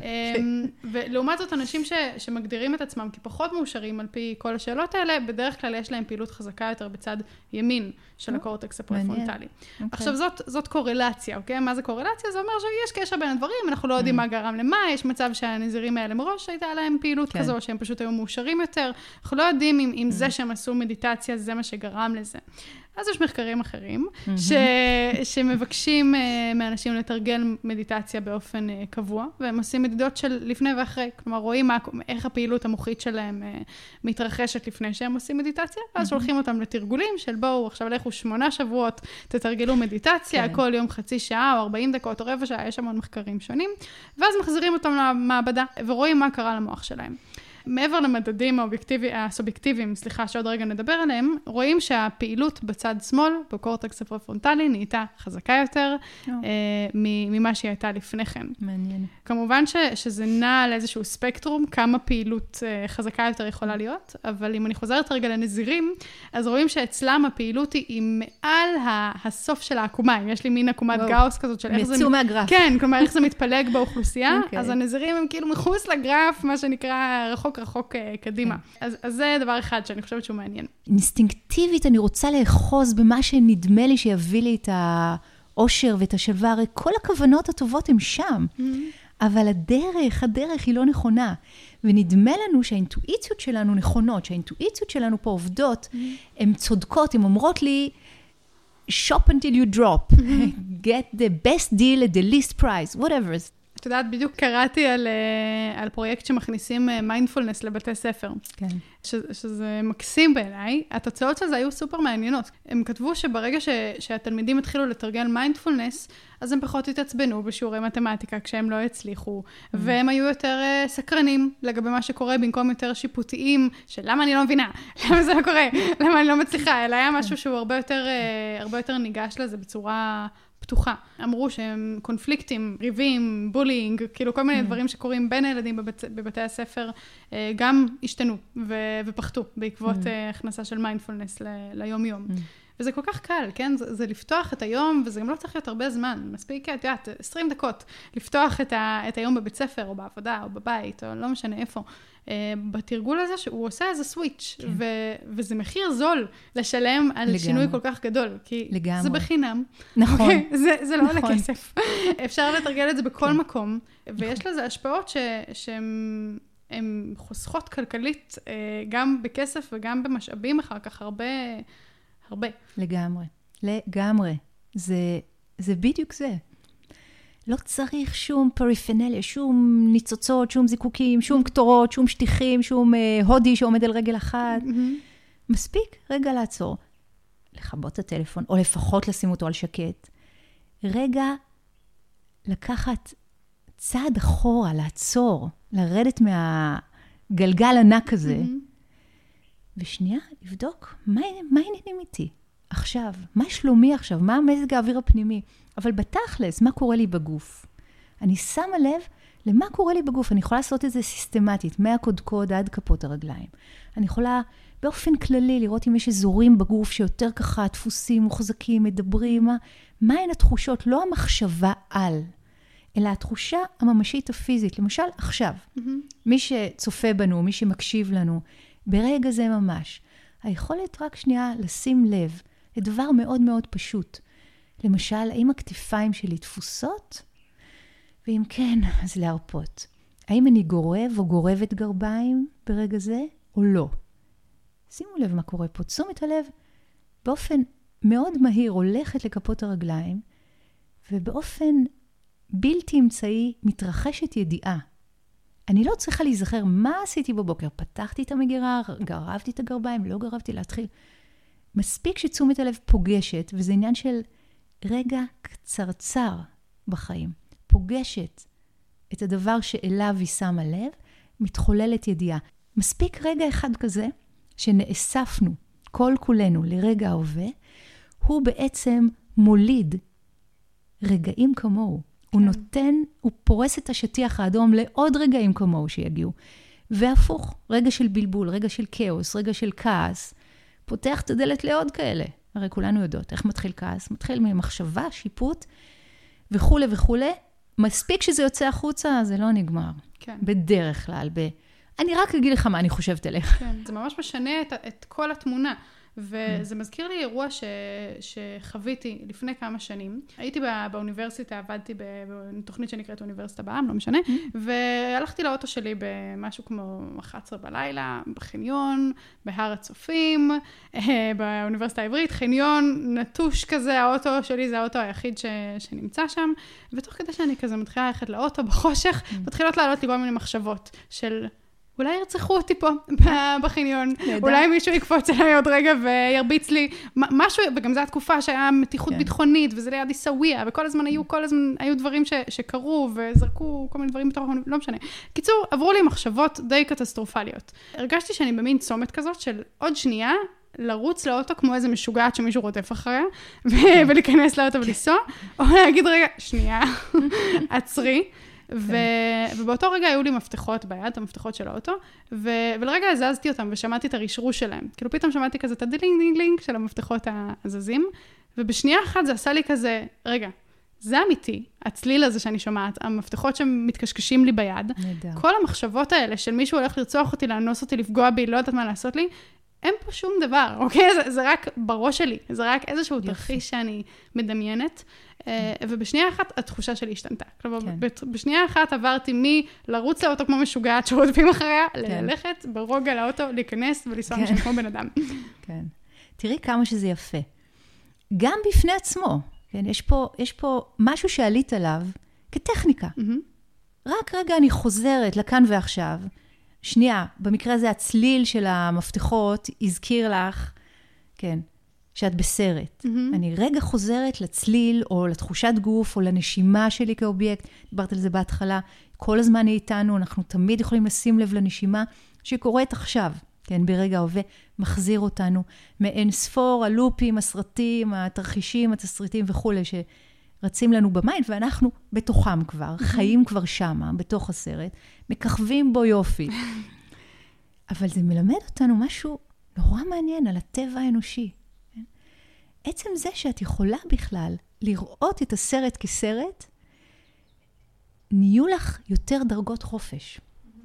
ולעומת זאת, אנשים ש, שמגדירים את עצמם כפחות מאושרים על פי כל השאלות האלה, בדרך כלל יש להם פעילות חזקה יותר בצד ימין של הקורטקס הפרפרונטלי. עכשיו, זאת, זאת קורלציה, אוקיי? מה זה קורלציה? זה אומר שיש קשר בין הדברים, אנחנו לא יודעים מה גרם למה, יש מצב שהנזירים האלה מראש הייתה להם פעילות כזו, שהם פשוט היו מאושרים יותר. אנחנו לא יודעים אם, אם זה שהם עשו מדיטציה, זה מה שגרם לזה. אז יש מחקרים אחרים, ש... שמבקשים מאנשים לתרגל מדיטציה באופן קבוע, והם עושים מדידות של לפני ואחרי, כלומר רואים מה, איך הפעילות המוחית שלהם מתרחשת לפני שהם עושים מדיטציה, ואז שולחים אותם לתרגולים של בואו, עכשיו לכו שמונה שבועות, תתרגלו מדיטציה, כל יום חצי שעה או ארבעים דקות או רבע שעה, יש המון מחקרים שונים, ואז מחזירים אותם למעבדה, ורואים מה קרה למוח שלהם. מעבר למדדים הסובייקטיביים, סליחה, שעוד רגע נדבר עליהם, רואים שהפעילות בצד שמאל, בקורטקס הפרפרונטלי, נהייתה חזקה יותר oh. אה, ממה שהיא הייתה לפני כן. מעניין. כמובן ש, שזה נע על איזשהו ספקטרום, כמה פעילות אה, חזקה יותר יכולה להיות, אבל אם אני חוזרת רגע לנזירים, אז רואים שאצלם הפעילות היא, היא מעל הסוף של העקומה. אם יש לי מין עקומת wow. גאוס כזאת של איך זה... יצאו מהגרף. כן, כלומר איך זה מתפלג באוכלוסייה, okay. אז הנזירים הם כאילו מחוץ לגרף, מה שנקרא רחוק רחוק uh, קדימה. אז, אז זה דבר אחד שאני חושבת שהוא מעניין. אינסטינקטיבית אני רוצה לאחוז במה שנדמה לי שיביא לי את האושר ואת השלווה, הרי כל הכוונות הטובות הן שם, mm-hmm. אבל הדרך, הדרך היא לא נכונה. ונדמה לנו שהאינטואיציות שלנו נכונות, שהאינטואיציות שלנו פה עובדות, mm-hmm. הן צודקות, הן אומרות לי, shop until you drop, mm-hmm. get the best deal at the least price, whatever. את יודעת, בדיוק קראתי על, על פרויקט שמכניסים מיינדפולנס לבתי ספר. כן. ש, שזה מקסים בעיניי. התוצאות של זה היו סופר מעניינות. הם כתבו שברגע ש, שהתלמידים התחילו לתרגל מיינדפולנס, אז הם פחות התעצבנו בשיעורי מתמטיקה כשהם לא הצליחו, mm. והם היו יותר uh, סקרנים לגבי מה שקורה, במקום יותר שיפוטיים, של למה אני לא מבינה, למה זה לא קורה, למה אני לא מצליחה, אלא היה משהו שהוא הרבה יותר, uh, הרבה יותר ניגש לזה בצורה... פתוחה. אמרו שהם קונפליקטים, ריבים, בולינג, כאילו כל מיני mm. דברים שקורים בין הילדים בבית, בבתי הספר, גם השתנו ו, ופחתו בעקבות mm. הכנסה של מיינדפולנס ל, ליום יום. Mm. וזה כל כך קל, כן? זה, זה לפתוח את היום, וזה גם לא צריך להיות הרבה זמן. מספיק, את יודעת, עשרים דקות, לפתוח את, ה, את היום בבית ספר, או בעבודה, או בבית, או לא משנה איפה. בתרגול הזה שהוא עושה איזה סוויץ', כן. ו- וזה מחיר זול לשלם על לגמרי. שינוי כל כך גדול, כי לגמרי. זה בחינם. נכון. Okay? זה, זה לא נכון. עולה כסף. אפשר לתרגל את זה בכל כן. מקום, ויש נכון. לזה השפעות ש- שהן הן חוסכות כלכלית, גם בכסף וגם במשאבים אחר כך, הרבה, הרבה. לגמרי, לגמרי. זה, זה בדיוק זה. לא צריך שום פריפנליה, שום ניצוצות, שום זיקוקים, שום קטורות, שום שטיחים, שום אה, הודי שעומד על רגל אחת. Mm-hmm. מספיק רגע לעצור, לכבות את הטלפון, או לפחות לשים אותו על שקט. רגע לקחת צעד אחורה, לעצור, לרדת מהגלגל ענק הזה, mm-hmm. ושנייה, לבדוק, מה, מה העניינים איתי עכשיו? מה שלומי עכשיו? מה המזג האוויר הפנימי? אבל בתכלס, מה קורה לי בגוף? אני שמה לב למה קורה לי בגוף. אני יכולה לעשות את זה סיסטמטית, מהקודקוד עד כפות הרגליים. אני יכולה באופן כללי לראות אם יש אזורים בגוף שיותר ככה דפוסים, מוחזקים, מדברים. מה, מה הן התחושות? לא המחשבה על, אלא התחושה הממשית הפיזית. למשל, עכשיו, mm-hmm. מי שצופה בנו, מי שמקשיב לנו, ברגע זה ממש, היכולת רק שנייה לשים לב לדבר מאוד מאוד פשוט. למשל, האם הכתפיים שלי תפוסות? ואם כן, אז להרפות. האם אני גורב או גורבת גרביים ברגע זה, או לא? שימו לב מה קורה פה. תשומת הלב באופן מאוד מהיר הולכת לכפות הרגליים, ובאופן בלתי אמצעי מתרחשת ידיעה. אני לא צריכה להיזכר מה עשיתי בבוקר. פתחתי את המגירה, גרבתי את הגרביים, לא גרבתי להתחיל. מספיק שתשומת הלב פוגשת, וזה עניין של רגע קצרצר בחיים, פוגשת את הדבר שאליו היא שמה לב, מתחוללת ידיעה. מספיק רגע אחד כזה, שנאספנו כל כולנו לרגע ההווה, הוא בעצם מוליד רגעים כמוהו. כן. הוא נותן, הוא פורס את השטיח האדום לעוד רגעים כמוהו שיגיעו. והפוך, רגע של בלבול, רגע של כאוס, רגע של כעס, פותח את הדלת לעוד כאלה. הרי כולנו יודעות איך מתחיל כעס, מתחיל ממחשבה, שיפוט וכו' וכו'. מספיק שזה יוצא החוצה, זה לא נגמר. כן. בדרך כלל, ב... אני רק אגיד לך מה אני חושבת עליך. כן, זה ממש משנה את, את כל התמונה. וזה מזכיר לי אירוע ש, שחוויתי לפני כמה שנים. הייתי בא, באוניברסיטה, עבדתי בתוכנית שנקראת אוניברסיטה בעם, לא משנה, והלכתי לאוטו שלי במשהו כמו אחת עשרה בלילה, בחניון, בהר הצופים, באוניברסיטה העברית, חניון נטוש כזה, האוטו שלי זה האוטו היחיד ש, שנמצא שם, ותוך כדי שאני כזה מתחילה ללכת לאוטו בחושך, מתחילות לעלות לי כל מיני מחשבות של... אולי ירצחו אותי פה בחניון, אולי מישהו יקפוץ עליי עוד רגע וירביץ לי משהו, וגם זו התקופה שהיה מתיחות ביטחונית, וזה ליד עיסאוויה, וכל הזמן היו, כל הזמן היו דברים שקרו, וזרקו כל מיני דברים בתוך, לא משנה. קיצור, עברו לי מחשבות די קטסטרופליות. הרגשתי שאני במין צומת כזאת של עוד שנייה, לרוץ לאוטו כמו איזה משוגעת שמישהו רודף אחריה, ולהיכנס לאוטו ולנסוע, או להגיד רגע, שנייה, עצרי. ו... ובאותו רגע היו לי מפתחות ביד, המפתחות של האוטו, ו... ולרגע הזזתי אותם ושמעתי את הרשרוש שלהם. כאילו פתאום שמעתי כזה את הדלינג דינג דינג של המפתחות הזזים, ובשנייה אחת זה עשה לי כזה, רגע, זה אמיתי, הצליל הזה שאני שומעת, המפתחות שמתקשקשים לי ביד, נדע. כל המחשבות האלה של מישהו הולך לרצוח אותי, לאנוס אותי, לפגוע בי, לא יודעת מה לעשות לי, אין פה שום דבר, אוקיי? זה, זה רק בראש שלי, זה רק איזשהו תרחיש שאני מדמיינת, ובשנייה אחת התחושה שלי השתנתה. כלומר, כן. בשנייה אחת עברתי מי לרוץ לאוטו כמו משוגעת שרודפים אחריה, כן. ללכת ברוגע לאוטו, להיכנס ולנסוע כן. משם כמו בן אדם. כן. תראי כמה שזה יפה. גם בפני עצמו, כן? יש פה, יש פה משהו שעלית עליו כטכניקה. Mm-hmm. רק רגע אני חוזרת לכאן ועכשיו, שנייה, במקרה הזה הצליל של המפתחות הזכיר לך, כן, שאת בסרט. Mm-hmm. אני רגע חוזרת לצליל, או לתחושת גוף, או לנשימה שלי כאובייקט. דיברת על זה בהתחלה. כל הזמן היא איתנו, אנחנו תמיד יכולים לשים לב לנשימה, שקורית עכשיו, כן, ברגע ההווה, מחזיר אותנו מאין ספור, הלופים, הסרטים, התרחישים, התסריטים וכו', שרצים לנו במיינד, ואנחנו בתוכם כבר, חיים כבר שמה, בתוך הסרט, מככבים בו יופי. אבל זה מלמד אותנו משהו נורא מעניין על הטבע האנושי. עצם זה שאת יכולה בכלל לראות את הסרט כסרט, נהיו לך יותר דרגות חופש.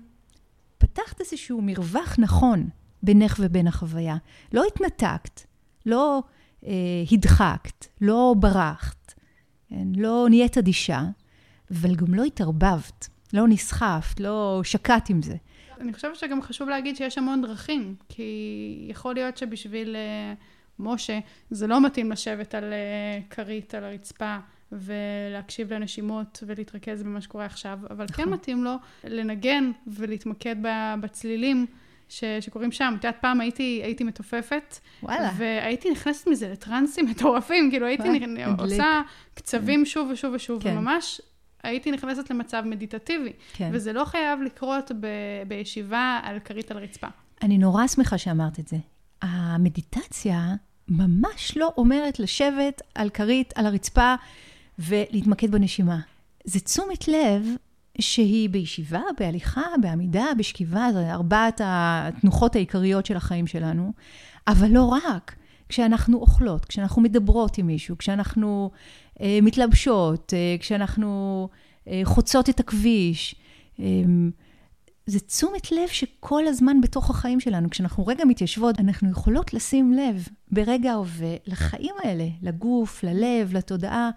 פתחת איזשהו מרווח נכון בינך ובין החוויה. לא התנתקת, לא אה, הדחקת, לא ברחת, כן? לא נהיית אדישה, אבל גם לא התערבבת, לא נסחפת, לא שקעת עם זה. אני חושבת שגם חשוב להגיד שיש המון דרכים, כי יכול להיות שבשביל uh, משה זה לא מתאים לשבת על uh, כרית, על הרצפה, ולהקשיב לנשימות ולהתרכז במה שקורה עכשיו, אבל כן מתאים לו לנגן ולהתמקד בצלילים ש, שקוראים שם. את יודעת, פעם הייתי, הייתי מתופפת, וואלה. והייתי נכנסת מזה לטרנסים מטורפים, כאילו הייתי נכ... עושה קצבים שוב ושוב ושוב, כן. וממש הייתי נכנסת למצב מדיטטיבי, כן. וזה לא חייב לקרות ב, בישיבה על כרית על רצפה. אני נורא שמחה שאמרת את זה. המדיטציה ממש לא אומרת לשבת על כרית, על הרצפה, ולהתמקד בנשימה. זה תשומת לב שהיא בישיבה, בהליכה, בעמידה, בשכיבה, זה ארבעת התנוחות העיקריות של החיים שלנו, אבל לא רק. כשאנחנו אוכלות, כשאנחנו מדברות עם מישהו, כשאנחנו אה, מתלבשות, אה, כשאנחנו אה, חוצות את הכביש, אה, זה תשומת לב שכל הזמן בתוך החיים שלנו, כשאנחנו רגע מתיישבות, אנחנו יכולות לשים לב ברגע ההווה לחיים האלה, לגוף, ללב, לתודעה,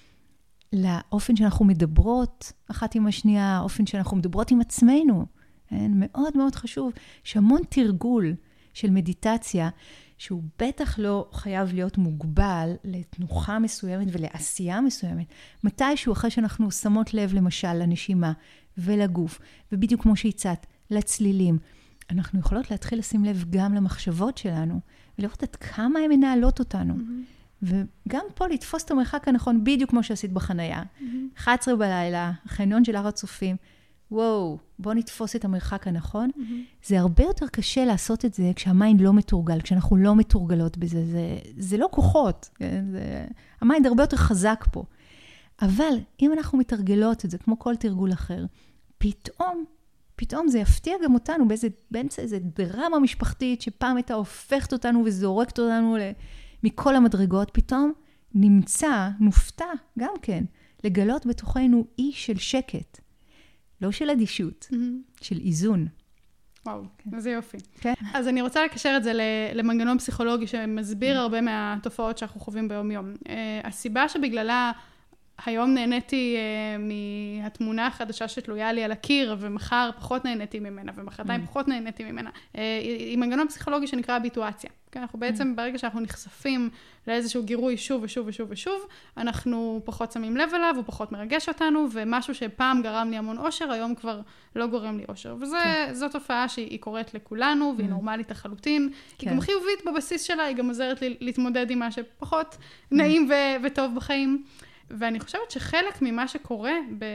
לאופן שאנחנו מדברות אחת עם השנייה, האופן שאנחנו מדברות עם עצמנו. כן? מאוד מאוד חשוב, שהמון תרגול של מדיטציה, שהוא בטח לא חייב להיות מוגבל לתנוחה מסוימת ולעשייה מסוימת. מתישהו אחרי שאנחנו שמות לב למשל לנשימה ולגוף, ובדיוק כמו שהצעת, לצלילים, אנחנו יכולות להתחיל לשים לב גם למחשבות שלנו, ולראות עד כמה הן מנהלות אותנו. Mm-hmm. וגם פה לתפוס את המרחק הנכון, בדיוק כמו שעשית בחנייה. Mm-hmm. אחת עשרה בלילה, החניון של הר הצופים, וואו, בוא נתפוס את המרחק הנכון. Mm-hmm. זה הרבה יותר קשה לעשות את זה כשהמיינד לא מתורגל, כשאנחנו לא מתורגלות בזה. זה, זה לא כוחות. כן? זה, המיינד הרבה יותר חזק פה. אבל אם אנחנו מתרגלות את זה, כמו כל תרגול אחר, פתאום, פתאום זה יפתיע גם אותנו באיזה, באמצע איזה דרמה משפחתית, שפעם הייתה הופכת אותנו וזורקת אותנו מכל המדרגות, פתאום נמצא, נופתע גם כן, לגלות בתוכנו אי של שקט. לא של אדישות, mm-hmm. של איזון. וואו, כן. זה יופי. כן. אז אני רוצה לקשר את זה למנגנון פסיכולוגי שמסביר mm-hmm. הרבה מהתופעות שאנחנו חווים ביום יום. Uh, הסיבה שבגללה היום נהניתי uh, מהתמונה החדשה שתלויה לי על הקיר, ומחר פחות נהניתי ממנה, ומחרתיים mm. פחות נהניתי ממנה. Uh, היא מנגנון פסיכולוגי שנקרא הביטואציה. כן, אנחנו בעצם, mm. ברגע שאנחנו נחשפים לאיזשהו גירוי שוב ושוב ושוב ושוב, אנחנו פחות שמים לב אליו, הוא פחות מרגש אותנו, ומשהו שפעם גרם לי המון אושר, היום כבר לא גורם לי אושר. וזו כן. תופעה שהיא קורית לכולנו, והיא mm. נורמלית לחלוטין. כן. היא גם חיובית בבסיס שלה, היא גם עוזרת לי להתמודד עם מה שפחות mm. נעים ו- וטוב בחיים. ואני חושבת שחלק ממה שקורה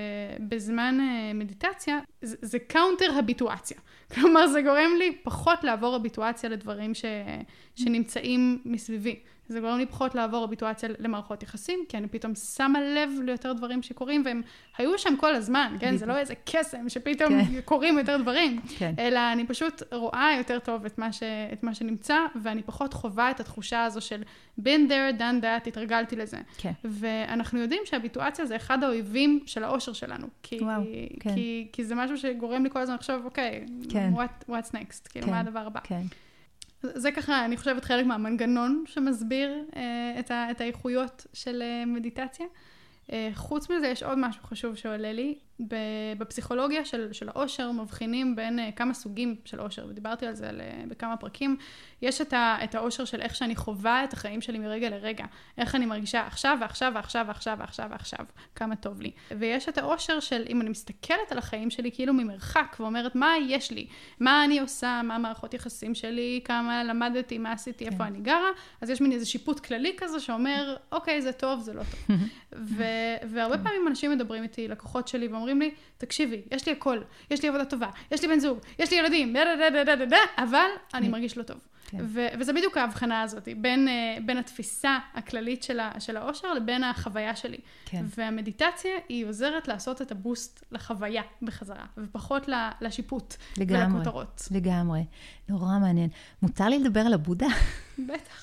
בזמן מדיטציה, זה, זה קאונטר הביטואציה. כלומר, זה גורם לי פחות לעבור הביטואציה לדברים ש, שנמצאים מסביבי. זה גורם לי פחות לעבור הביטואציה למערכות יחסים, כי אני פתאום שמה לב ליותר דברים שקורים, והם היו שם כל הזמן, כן? זה לא איזה קסם שפתאום כן. קורים יותר דברים, כן. אלא אני פשוט רואה יותר טוב את מה, ש, את מה שנמצא, ואני פחות חווה את התחושה הזו של been there, done that, התרגלתי לזה. כן. ואנחנו יודעים שהביטואציה זה אחד האויבים של האושר שלנו, כי, וואו, כן. כי, כי זה משהו שגורם לי כל הזמן לחשוב, אוקיי, כן. what, what's next? כאילו, כן. מה הדבר הבא? כן. זה ככה, אני חושבת, חלק מהמנגנון שמסביר אה, את, ה, את האיכויות של אה, מדיטציה. אה, חוץ מזה, יש עוד משהו חשוב שעולה לי. בפסיכולוגיה של, של האושר מבחינים בין אה, כמה סוגים של אושר, ודיברתי על זה על, אה, בכמה פרקים. יש את, ה, את האושר של איך שאני חווה את החיים שלי מרגע לרגע. איך אני מרגישה עכשיו ועכשיו ועכשיו ועכשיו ועכשיו ועכשיו. כמה טוב לי. ויש את האושר של אם אני מסתכלת על החיים שלי כאילו ממרחק, ואומרת מה יש לי, מה אני עושה, מה מערכות יחסים שלי, כמה למדתי, מה עשיתי, איפה אני גרה. אז יש מין איזה שיפוט כללי כזה שאומר, אוקיי, זה טוב, זה לא טוב. ו- והרבה פעמים אנשים מדברים איתי, לקוחות שלי, ואומרים לי, תקשיבי, יש לי הכל, יש לי עבודה טובה, יש לי בן זוג, יש לי ילדים, אבל אני מרגיש לא טוב. כן. ו- וזה בדיוק ההבחנה הזאת, בין, בין התפיסה הכללית של, ה- של האושר לבין החוויה שלי. כן. והמדיטציה היא עוזרת לעשות את הבוסט לחוויה בחזרה, ופחות לשיפוט לגמרי, ולכותרות. לגמרי. נורא מעניין. מותר לי לדבר על הבודה? בטח.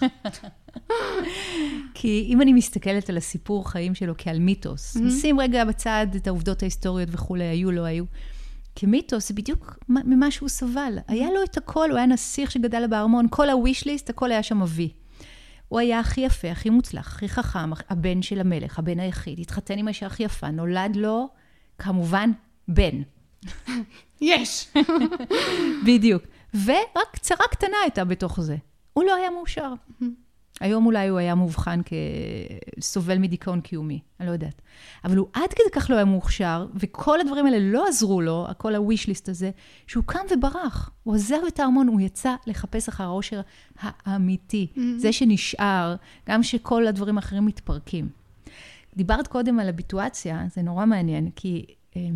כי אם אני מסתכלת על הסיפור חיים שלו כעל מיתוס, נשים רגע בצד את העובדות ההיסטוריות וכולי, היו, לא היו. כמיתוס זה בדיוק ממה שהוא סבל. היה לו את הכל, הוא היה נסיך שגדל בארמון, כל ה-wish list, הכל היה שם אבי. הוא היה הכי יפה, הכי מוצלח, הכי חכם, הבן של המלך, הבן היחיד, התחתן עם האישה הכי יפה, נולד לו, כמובן, בן. יש! בדיוק. ורק צרה קטנה הייתה בתוך זה. הוא לא היה מאושר. היום אולי הוא היה מובחן כסובל מדיכאון קיומי, אני לא יודעת. אבל הוא עד כדי כך לא היה מאושר, וכל הדברים האלה לא עזרו לו, כל ה-wish list הזה, שהוא קם וברח. הוא עזב את הארמון, הוא יצא לחפש אחר האושר האמיתי. Mm-hmm. זה שנשאר, גם שכל הדברים האחרים מתפרקים. דיברת קודם על הביטואציה, זה נורא מעניין, כי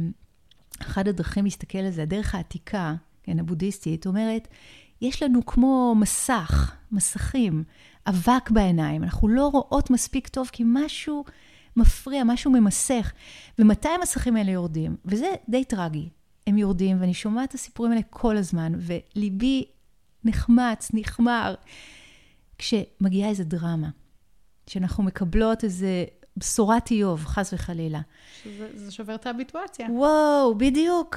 אחד הדרכים להסתכל על זה, הדרך העתיקה, כן, הבודהיסטית, אומרת, יש לנו כמו מסך, מסכים, אבק בעיניים. אנחנו לא רואות מספיק טוב, כי משהו מפריע, משהו ממסך. ומתי המסכים האלה יורדים? וזה די טרגי. הם יורדים, ואני שומעת את הסיפורים האלה כל הזמן, וליבי נחמץ, נחמר, כשמגיעה איזו דרמה, שאנחנו מקבלות איזה בשורת איוב, חס וחלילה. שזה, זה שובר את הביטואציה. וואו, בדיוק.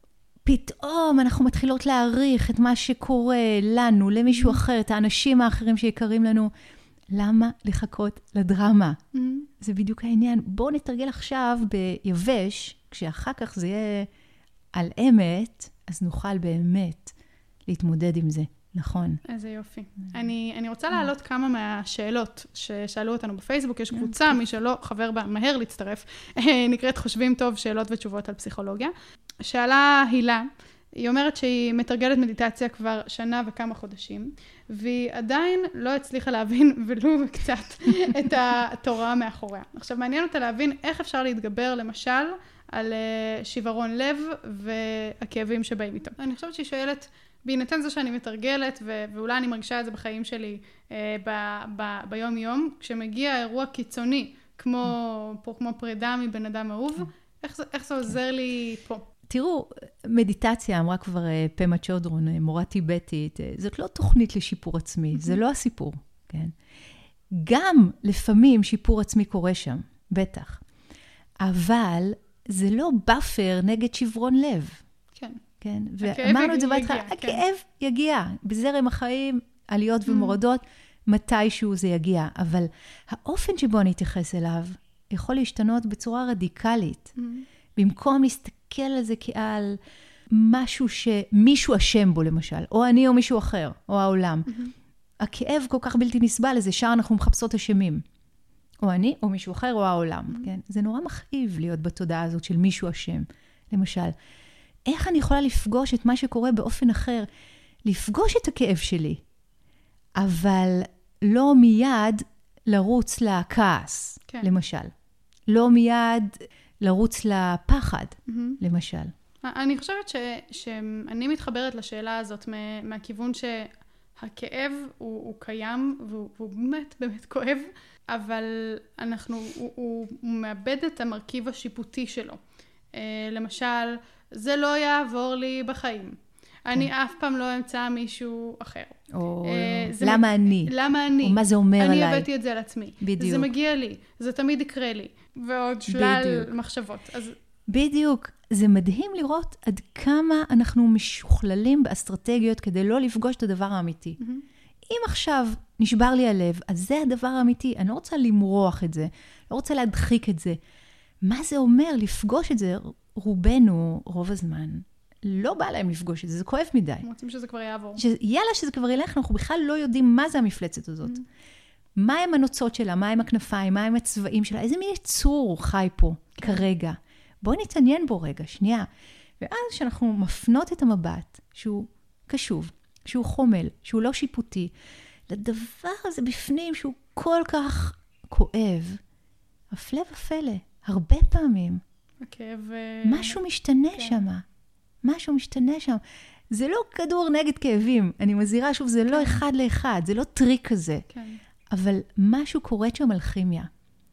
פתאום אנחנו מתחילות להעריך את מה שקורה לנו, למישהו אחר, את האנשים האחרים שיקרים לנו. למה לחכות לדרמה? Mm-hmm. זה בדיוק העניין. בואו נתרגל עכשיו ביבש, כשאחר כך זה יהיה על אמת, אז נוכל באמת להתמודד עם זה. נכון. איזה יופי. אני, אני רוצה להעלות כמה מהשאלות ששאלו אותנו בפייסבוק. יש קבוצה, מי שלא חבר בה, מהר להצטרף. נקראת חושבים טוב, שאלות ותשובות על פסיכולוגיה. שאלה הילה, היא אומרת שהיא מתרגלת מדיטציה כבר שנה וכמה חודשים, והיא עדיין לא הצליחה להבין ולו קצת את התורה מאחוריה. עכשיו, מעניין אותה להבין איך אפשר להתגבר, למשל, על שברון לב והכאבים שבאים איתו. אני חושבת שהיא שואלת, בהינתן זה שאני מתרגלת, ו- ואולי אני מרגישה את זה בחיים שלי אה, ב- ב- ביום יום, כשמגיע אירוע קיצוני, כמו, פה, כמו פרידה מבן אדם אהוב, איך זה, איך זה עוזר לי פה? תראו, מדיטציה, אמרה כבר פמה צ'ודרון, מורה טיבטית, זאת לא תוכנית לשיפור עצמי, זה לא הסיפור, כן? גם לפעמים שיפור עצמי קורה שם, בטח. אבל זה לא באפר נגד שברון לב. כן. כן? ואמרנו את זה בהתחלה, הכאב יגיע, בזרם החיים, עליות ומורדות, מתישהו זה יגיע. אבל האופן שבו אני אתייחס אליו, יכול להשתנות בצורה רדיקלית. במקום להסתכל על זה כעל משהו שמישהו אשם בו, למשל, או אני או מישהו אחר, או העולם. הכאב כל כך בלתי נסבל, איזה שער אנחנו מחפשות אשמים. או אני, או מישהו אחר, או העולם. כן? זה נורא מכאיב להיות בתודעה הזאת של מישהו אשם. למשל, איך אני יכולה לפגוש את מה שקורה באופן אחר? לפגוש את הכאב שלי, אבל לא מיד לרוץ לכעס, כן. למשל. לא מיד לרוץ לפחד, mm-hmm. למשל. אני חושבת ש, שאני מתחברת לשאלה הזאת מהכיוון שהכאב הוא, הוא קיים, והוא, והוא באמת באמת כואב, אבל אנחנו, הוא, הוא, הוא מאבד את המרכיב השיפוטי שלו. למשל, זה לא יעבור לי בחיים. אני אף פעם לא אמצא מישהו אחר. או למה אני? למה אני? או מה זה אומר עליי? אני הבאתי את זה על עצמי. בדיוק. זה מגיע לי. זה תמיד יקרה לי. ועוד שלל מחשבות. בדיוק. זה מדהים לראות עד כמה אנחנו משוכללים באסטרטגיות כדי לא לפגוש את הדבר האמיתי. אם עכשיו נשבר לי הלב, אז זה הדבר האמיתי. אני לא רוצה למרוח את זה. לא רוצה להדחיק את זה. מה זה אומר לפגוש את זה? רובנו, רוב הזמן, לא בא להם לפגוש את זה, זה כואב מדי. רוצים שזה כבר יעבור. ש... יאללה שזה כבר ילך, אנחנו בכלל לא יודעים מה זה המפלצת הזאת. Mm. מה הם הנוצות שלה, מה הם הכנפיים, מה הם הצבעים שלה, איזה מין יצור חי פה כן. כרגע. בואו נתעניין בו רגע, שנייה. ואז שאנחנו מפנות את המבט, שהוא קשוב, שהוא חומל, שהוא לא שיפוטי, לדבר הזה בפנים שהוא כל כך כואב, הפלא ופלא, הרבה פעמים. הכאב... משהו משתנה כן. שם. משהו משתנה שם. זה לא כדור נגד כאבים. אני מזהירה שוב, זה לא אחד לאחד, זה לא טריק כזה. כן. אבל משהו קורה שם על כימיה.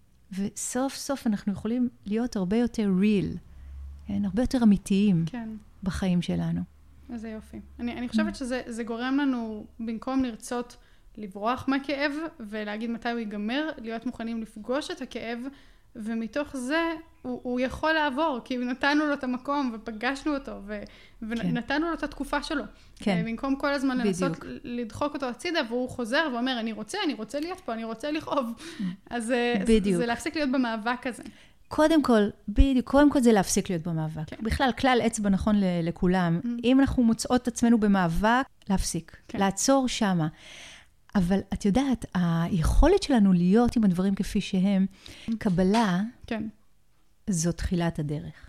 וסוף סוף אנחנו יכולים להיות הרבה יותר real, כן? הרבה יותר אמיתיים כן. בחיים שלנו. איזה יופי. אני, אני חושבת שזה זה גורם לנו, במקום לרצות לברוח מהכאב, ולהגיד מתי הוא ייגמר, להיות מוכנים לפגוש את הכאב, ומתוך זה הוא, הוא יכול לעבור, כי נתנו לו את המקום, ופגשנו אותו, ו, ונתנו לו את התקופה שלו. כן. במקום כל הזמן לנסות בדיוק. לדחוק אותו הצידה, והוא חוזר ואומר, אני רוצה, אני רוצה להיות פה, אני רוצה לכאוב. אז בדיוק. זה להפסיק להיות במאבק הזה. קודם כל, בדיוק, קודם כל זה להפסיק להיות במאבק. כן. בכלל, כלל אצבע נכון ל- לכולם. Mm-hmm. אם אנחנו מוצאות את עצמנו במאבק, להפסיק. כן. לעצור שמה. אבל את יודעת, היכולת שלנו להיות עם הדברים כפי שהם, קבלה, כן. זו תחילת הדרך.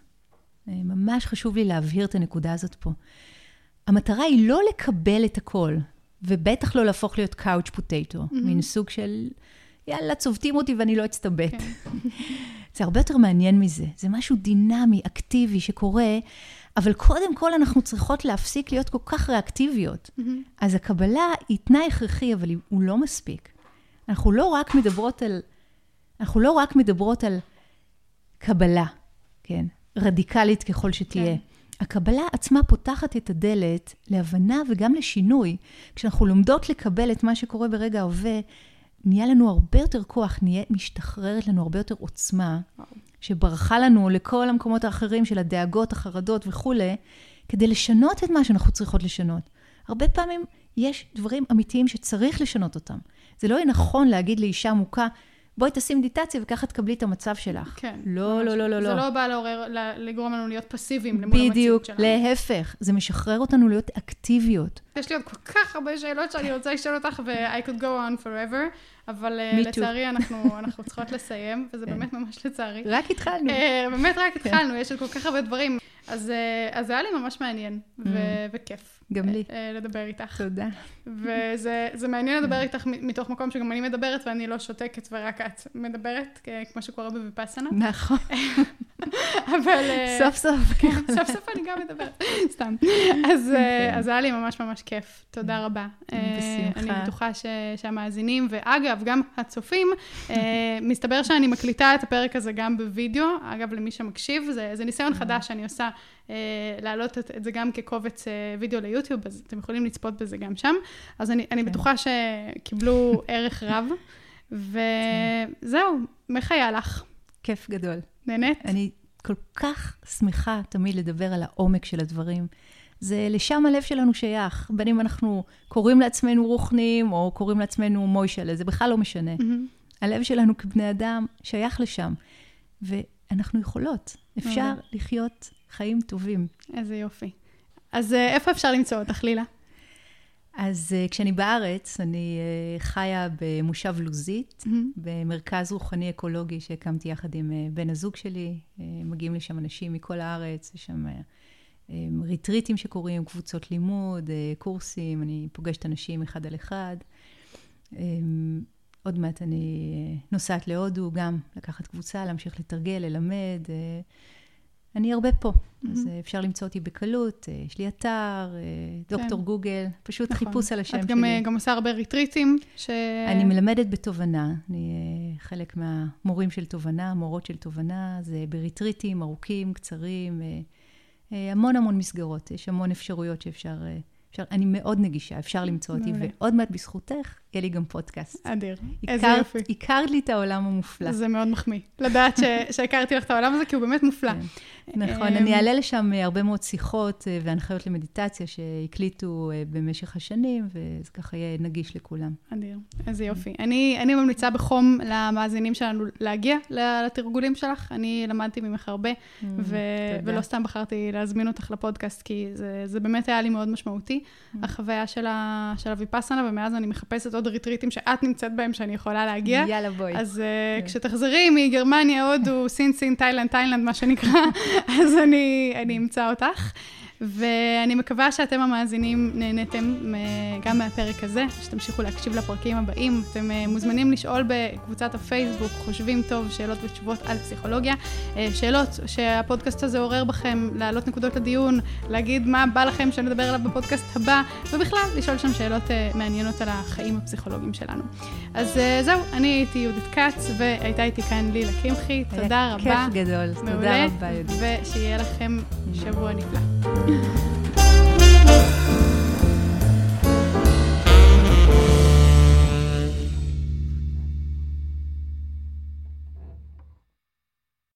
ממש חשוב לי להבהיר את הנקודה הזאת פה. המטרה היא לא לקבל את הכל, ובטח לא להפוך להיות קאוץ' פוטטו, mm-hmm. מין סוג של, יאללה, צובטים אותי ואני לא אצטבט. כן. זה הרבה יותר מעניין מזה. זה משהו דינמי, אקטיבי, שקורה, אבל קודם כל אנחנו צריכות להפסיק להיות כל כך ריאקטיביות. Mm-hmm. אז הקבלה היא תנאי הכרחי, אבל הוא לא מספיק. אנחנו לא רק מדברות על, אנחנו לא רק מדברות על קבלה, כן? רדיקלית ככל שתהיה. כן. הקבלה עצמה פותחת את הדלת להבנה וגם לשינוי. כשאנחנו לומדות לקבל את מה שקורה ברגע ההווה, נהיה לנו הרבה יותר כוח, נהיה משתחררת לנו הרבה יותר עוצמה, שברחה לנו לכל המקומות האחרים של הדאגות, החרדות וכו', כדי לשנות את מה שאנחנו צריכות לשנות. הרבה פעמים יש דברים אמיתיים שצריך לשנות אותם. זה לא יהיה נכון להגיד לאישה מוכה, בואי תעשי מדיטציה וככה תקבלי את המצב שלך. כן. לא, לא, לא, לא. זה לא בא לעורר, לגרום לנו להיות פסיביים למול המציאות שלנו. בדיוק, להפך. זה משחרר אותנו להיות אקטיביות. יש לי עוד כל כך הרבה שאלות שאני רוצה לשאול אותך, ו-I could go on forever, אבל לצערי אנחנו, אנחנו צריכות לסיים, וזה באמת ממש לצערי. רק התחלנו. באמת רק התחלנו, יש עוד כל כך הרבה דברים. אז, אז זה היה לי ממש מעניין, ו- וכיף. גם לי. לדבר איתך. תודה. וזה זה מעניין לדבר איתך מתוך מקום שגם אני מדברת, ואני לא שותקת ורק את מדברת, כמו שקורה בויפאסנה. נכון. אבל... סוף סוף. סוף סוף אני גם מדברת. סתם. אז אז היה לי ממש ממש כיף. תודה רבה. בשמחה. אני בטוחה שהמאזינים, ואגב, גם הצופים, מסתבר שאני מקליטה את הפרק הזה גם בווידאו. אגב, למי שמקשיב, זה ניסיון חדש שאני עושה להעלות את זה גם כקובץ וידאו ליוטיוב, אז אתם יכולים לצפות בזה גם שם. אז אני, אני בטוחה שקיבלו ערך רב, וזהו, מחיה לך. כיף גדול. נהנית? אני כל כך שמחה תמיד לדבר על העומק של הדברים. זה לשם הלב שלנו שייך, בין אם אנחנו קוראים לעצמנו רוחנים, או קוראים לעצמנו מוישלה, זה בכלל לא משנה. Mm-hmm. הלב שלנו כבני אדם שייך לשם, ואנחנו יכולות. אפשר mm-hmm. לחיות חיים טובים. איזה יופי. אז איפה אפשר למצוא אותך, לילה? אז כשאני בארץ, אני חיה במושב לוזית, mm-hmm. במרכז רוחני אקולוגי שהקמתי יחד עם בן הזוג שלי. מגיעים לשם אנשים מכל הארץ, יש שם ריטריטים שקורים, קבוצות לימוד, קורסים, אני פוגשת אנשים אחד על אחד. עוד מעט אני נוסעת להודו גם לקחת קבוצה, להמשיך לתרגל, ללמד. אני הרבה פה, mm-hmm. אז אפשר למצוא אותי בקלות, יש לי אתר, כן. דוקטור גוגל, פשוט נכון. חיפוש על השם את שלי. גם, גם עושה הרבה ריטריטים. ש... אני מלמדת בתובנה, אני חלק מהמורים של תובנה, מורות של תובנה, זה בריטריטים ארוכים, קצרים, המון המון מסגרות, יש המון אפשרויות שאפשר... אפשר, אני מאוד נגישה, אפשר למצוא אותי, ועוד מעט בזכותך, יהיה לי גם פודקאסט. אדיר, איזה יופי. הכרת לי את העולם המופלא. זה מאוד מחמיא, לדעת שהכרתי לך את העולם הזה, כי הוא באמת מופלא. נכון, אני אעלה לשם הרבה מאוד שיחות והנחיות למדיטציה שהקליטו במשך השנים, וזה ככה יהיה נגיש לכולם. אדיר, איזה יופי. אני ממליצה בחום למאזינים שלנו להגיע לתרגולים שלך, אני למדתי ממך הרבה, ולא סתם בחרתי להזמין אותך לפודקאסט, כי זה באמת היה לי מאוד משמעותי. החוויה של הויפאסנה, ומאז אני מחפשת עוד ריטריטים שאת נמצאת בהם שאני יכולה להגיע. יאללה בואי. אז כשתחזרי מגרמניה, הודו, סין, סין, תאילנד, תאילנד, מה שנקרא, אז אני אמצא אותך. ואני מקווה שאתם המאזינים נהניתם גם מהפרק הזה, שתמשיכו להקשיב לפרקים הבאים. אתם מוזמנים לשאול בקבוצת הפייסבוק, חושבים טוב, שאלות ותשובות על פסיכולוגיה, שאלות שהפודקאסט הזה עורר בכם, להעלות נקודות לדיון, להגיד מה בא לכם שנדבר עליו בפודקאסט הבא, ובכלל לשאול שם שאלות מעניינות על החיים הפסיכולוגיים שלנו. אז זהו, אני הייתי יהודית קץ, והייתה איתי כאן לילה קמחי. תודה רבה. כיף גדול. תודה רבה, יהודית. ושיהיה לכם שבוע נפלא.